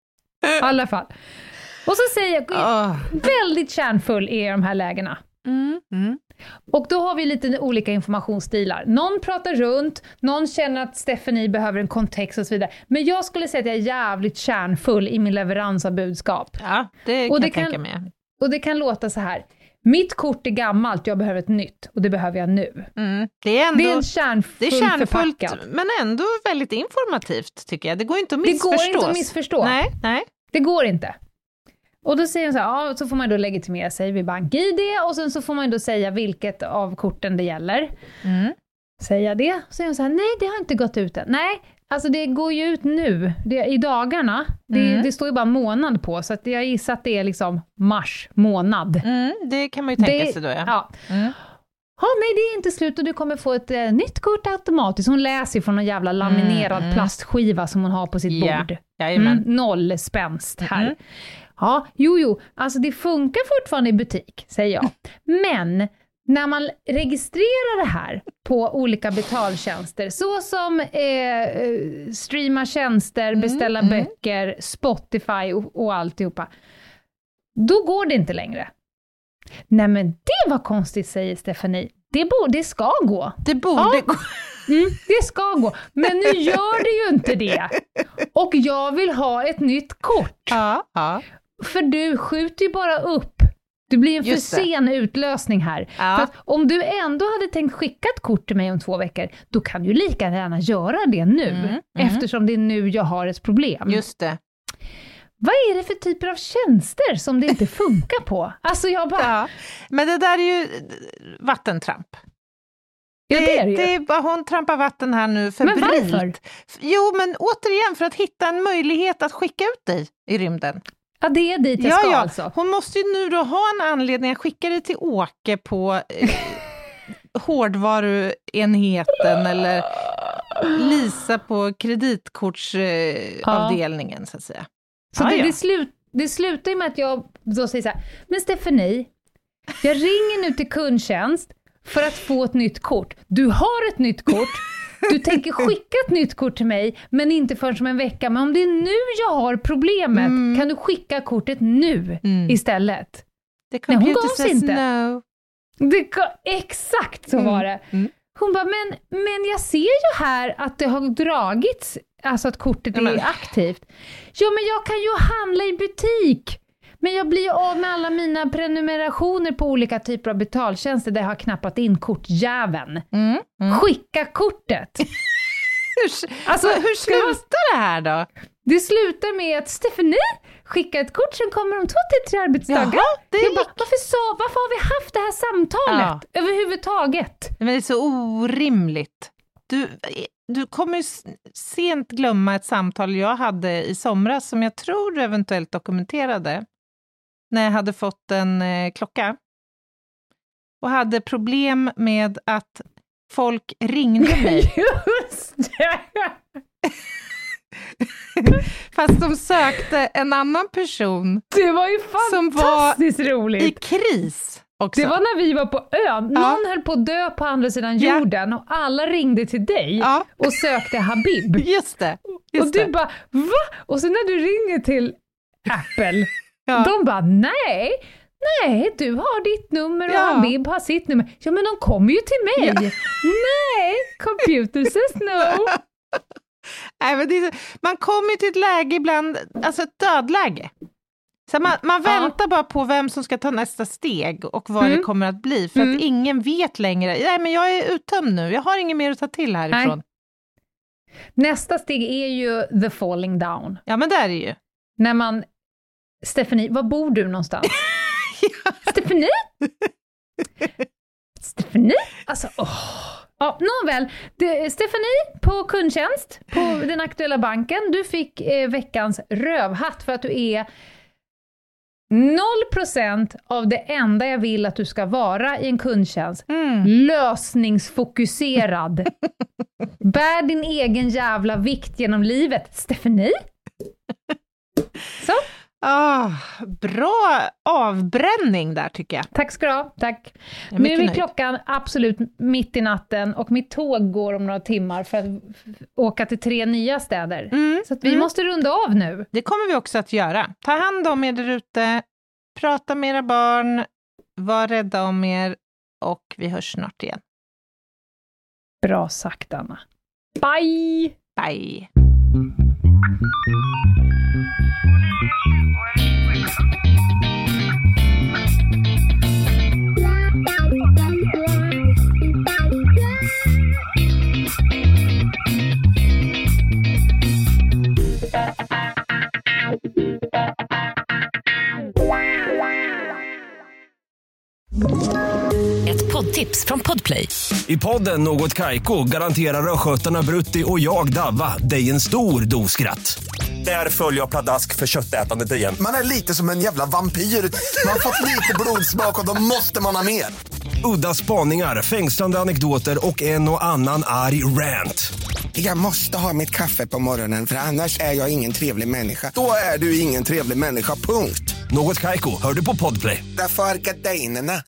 I alla fall. Och så säger jag, Åh. väldigt kärnfull är de här lägena. Mm. Mm. Och då har vi lite olika informationsstilar. Någon pratar runt, någon känner att Stephanie behöver en kontext och så vidare. Men jag skulle säga att jag är jävligt kärnfull i min leverans av budskap. Ja, det Och kan det jag kan- tänka mig. Och det kan låta så här. Mitt kort är gammalt, jag behöver ett nytt. Och det behöver jag nu. Mm. Det är ändå... Det är en kärnfull Det är kärnfullt, förpackad. men ändå väldigt informativt tycker jag. Det går inte att Det missförstå. går inte att missförstå. Nej, nej. Det går inte. Och då säger hon så här, ja, så får man då legitimera sig vid BankID och sen så får man då säga vilket av korten det gäller. Mm. Säga det. Så säger hon så här, nej det har inte gått ut än. Nej, alltså det går ju ut nu, det, i dagarna. Det, Mm. det står ju bara månad på, så att jag gissar att det är liksom mars månad. Mm, det kan man ju tänka Det- sig då, ja. Ja. Mm. Ja, nej det är inte slut och du kommer få ett eh, nytt kort automatiskt. Hon läser ju från en jävla laminerad Mm, mm. plastskiva som hon har på sitt Ja, bord. jajamän. Mm, noll spänst här. Mm. Ja, jo, jo. Alltså det funkar fortfarande i butik, säger jag. Men när man registrerar det här på olika betaltjänster, så som eh, eh, streama tjänster, beställa mm. böcker, Spotify och, och alltihopa, då går det inte längre. Nej men det var konstigt, säger Stephanie. Det, borde, det ska gå. Det borde Ja. gå. Mm, det ska gå. Men nu gör det ju inte det. Och jag vill ha ett nytt kort. Ja, ja. För du skjuter ju bara upp. Det blir en för Just det. sen utlösning här. Ja. För att om du ändå hade tänkt skicka ett kort till mig om två veckor, då kan du lika gärna göra det nu. Mm, mm. Eftersom det är nu jag har ett problem. Just det. Vad är det för typer av tjänster som det inte funkar på? Alltså jag bara... Ja. Men det där är ju vattentramp. Ja, det är det ju. det är bara, hon trampar vatten här nu Men febrilt. varför? Jo, men återigen för att hitta en möjlighet att skicka ut dig i rymden. Ja, det är dit jag Ja, ska ja. alltså. Hon måste ju nu då ha en anledning att skicka det till Åke på eh, hårdvaruenheten eller Lisa på kreditkortsavdelningen eh, Ja. avdelningen, så att säga. Så Ja, det, ja. det, slut, det slutar ju med att jag då säger så här, men Stephanie, jag ringer nu till kundtjänst för att få ett nytt kort. Du har ett nytt kort, du tänker skicka ett nytt kort till mig, men inte förrän om en vecka. Men om det är nu jag har problemet, Mm. kan du skicka kortet nu Mm. istället? The Nej, hon computer gav sig says inte. no. Det, exakt så var det. Mm. Hon bara, men, men jag ser ju här att det har dragits, alltså att kortet Ja, men- är aktivt. Ja, men jag kan ju handla i butik. Men jag blir ju av med alla mina prenumerationer på olika typer av betaltjänster där jag har knappat in kortjäveln. Mm. Mm. Skicka kortet! Hur, Alltså, hur ska man- slutar det här då? Det slutar med att Stephanie skickar ett kort som kommer om två till tre arbetsdagar. Jaha, det jag bara, gick. varför, så, varför har vi haft det här samtalet överhuvudtaget? Men det är så orimligt. Du, du kommer ju s- sent glömma ett samtal jag hade i somras som jag tror du eventuellt dokumenterade. När jag hade fått en eh, klocka. och hade problem med att folk ringde mig. Just det! Fast de sökte en annan person. Det var ju fantastiskt som var roligt. I kris också. Det var när vi var på ön. Någon ja. höll på att dö på andra sidan ja. jorden och alla ringde till dig ja. och sökte Habib. Just det. Just och du det. bara, va? Och så när du ringer till Apple, ja. de bara, nej, nej, du har ditt nummer och ja. Habib har sitt nummer. Ja, men de kommer ju till mig. Ja. Nej, computer says no. Nej, men det är, man kommer till ett läge ibland, alltså ett dödläge. Så man, man ja. väntar bara på vem som ska ta nästa steg och vad mm. det kommer att bli. För mm. att ingen vet längre. Nej, men jag är uttömd nu. Jag har inget mer att ta till härifrån. Nej. Nästa steg är ju the falling down. Ja, men det är det ju. När man... Stephanie, var bor du någonstans? ja. Stephanie? Stephanie? Alltså, åh... Ja, nåväl. Det, Stephanie på kundtjänst på den aktuella banken. Du fick eh, veckans rövhatt för att du är noll procent av det enda jag vill att du ska vara i en kundtjänst. Mm. Lösningsfokuserad. Bär din egen jävla vikt genom livet. Stephanie? Så. Oh, bra avbränning där tycker jag. Tack ska du ha, tack. Nu är nöjd. Klockan absolut mitt i natten och mitt tåg går om några timmar för att åka till tre nya städer. Mm. Så att vi mm. måste runda av nu. Det kommer vi också att göra. Ta hand om er där ute, prata med era barn, var rädda om er och vi hörs snart igen. Bra sagt, Anna. Bye! Bye! Ett poddtips från Podplay. I podden Något Kaiko garanterar röskötarna Brutti och jag Davva dig en stor doskratt. Där följer jag pladask för köttätandet igen. Man är lite som en jävla vampyr. Man har fått lite blodsmak och då måste man ha mer. Udda spaningar, fängslande anekdoter och en och annan arg rant. Jag måste ha mitt kaffe på morgonen för annars är jag ingen trevlig människa. Då är du ingen trevlig människa, punkt. Något Kaiko, hör du på Podplay. Därför är gardinerna.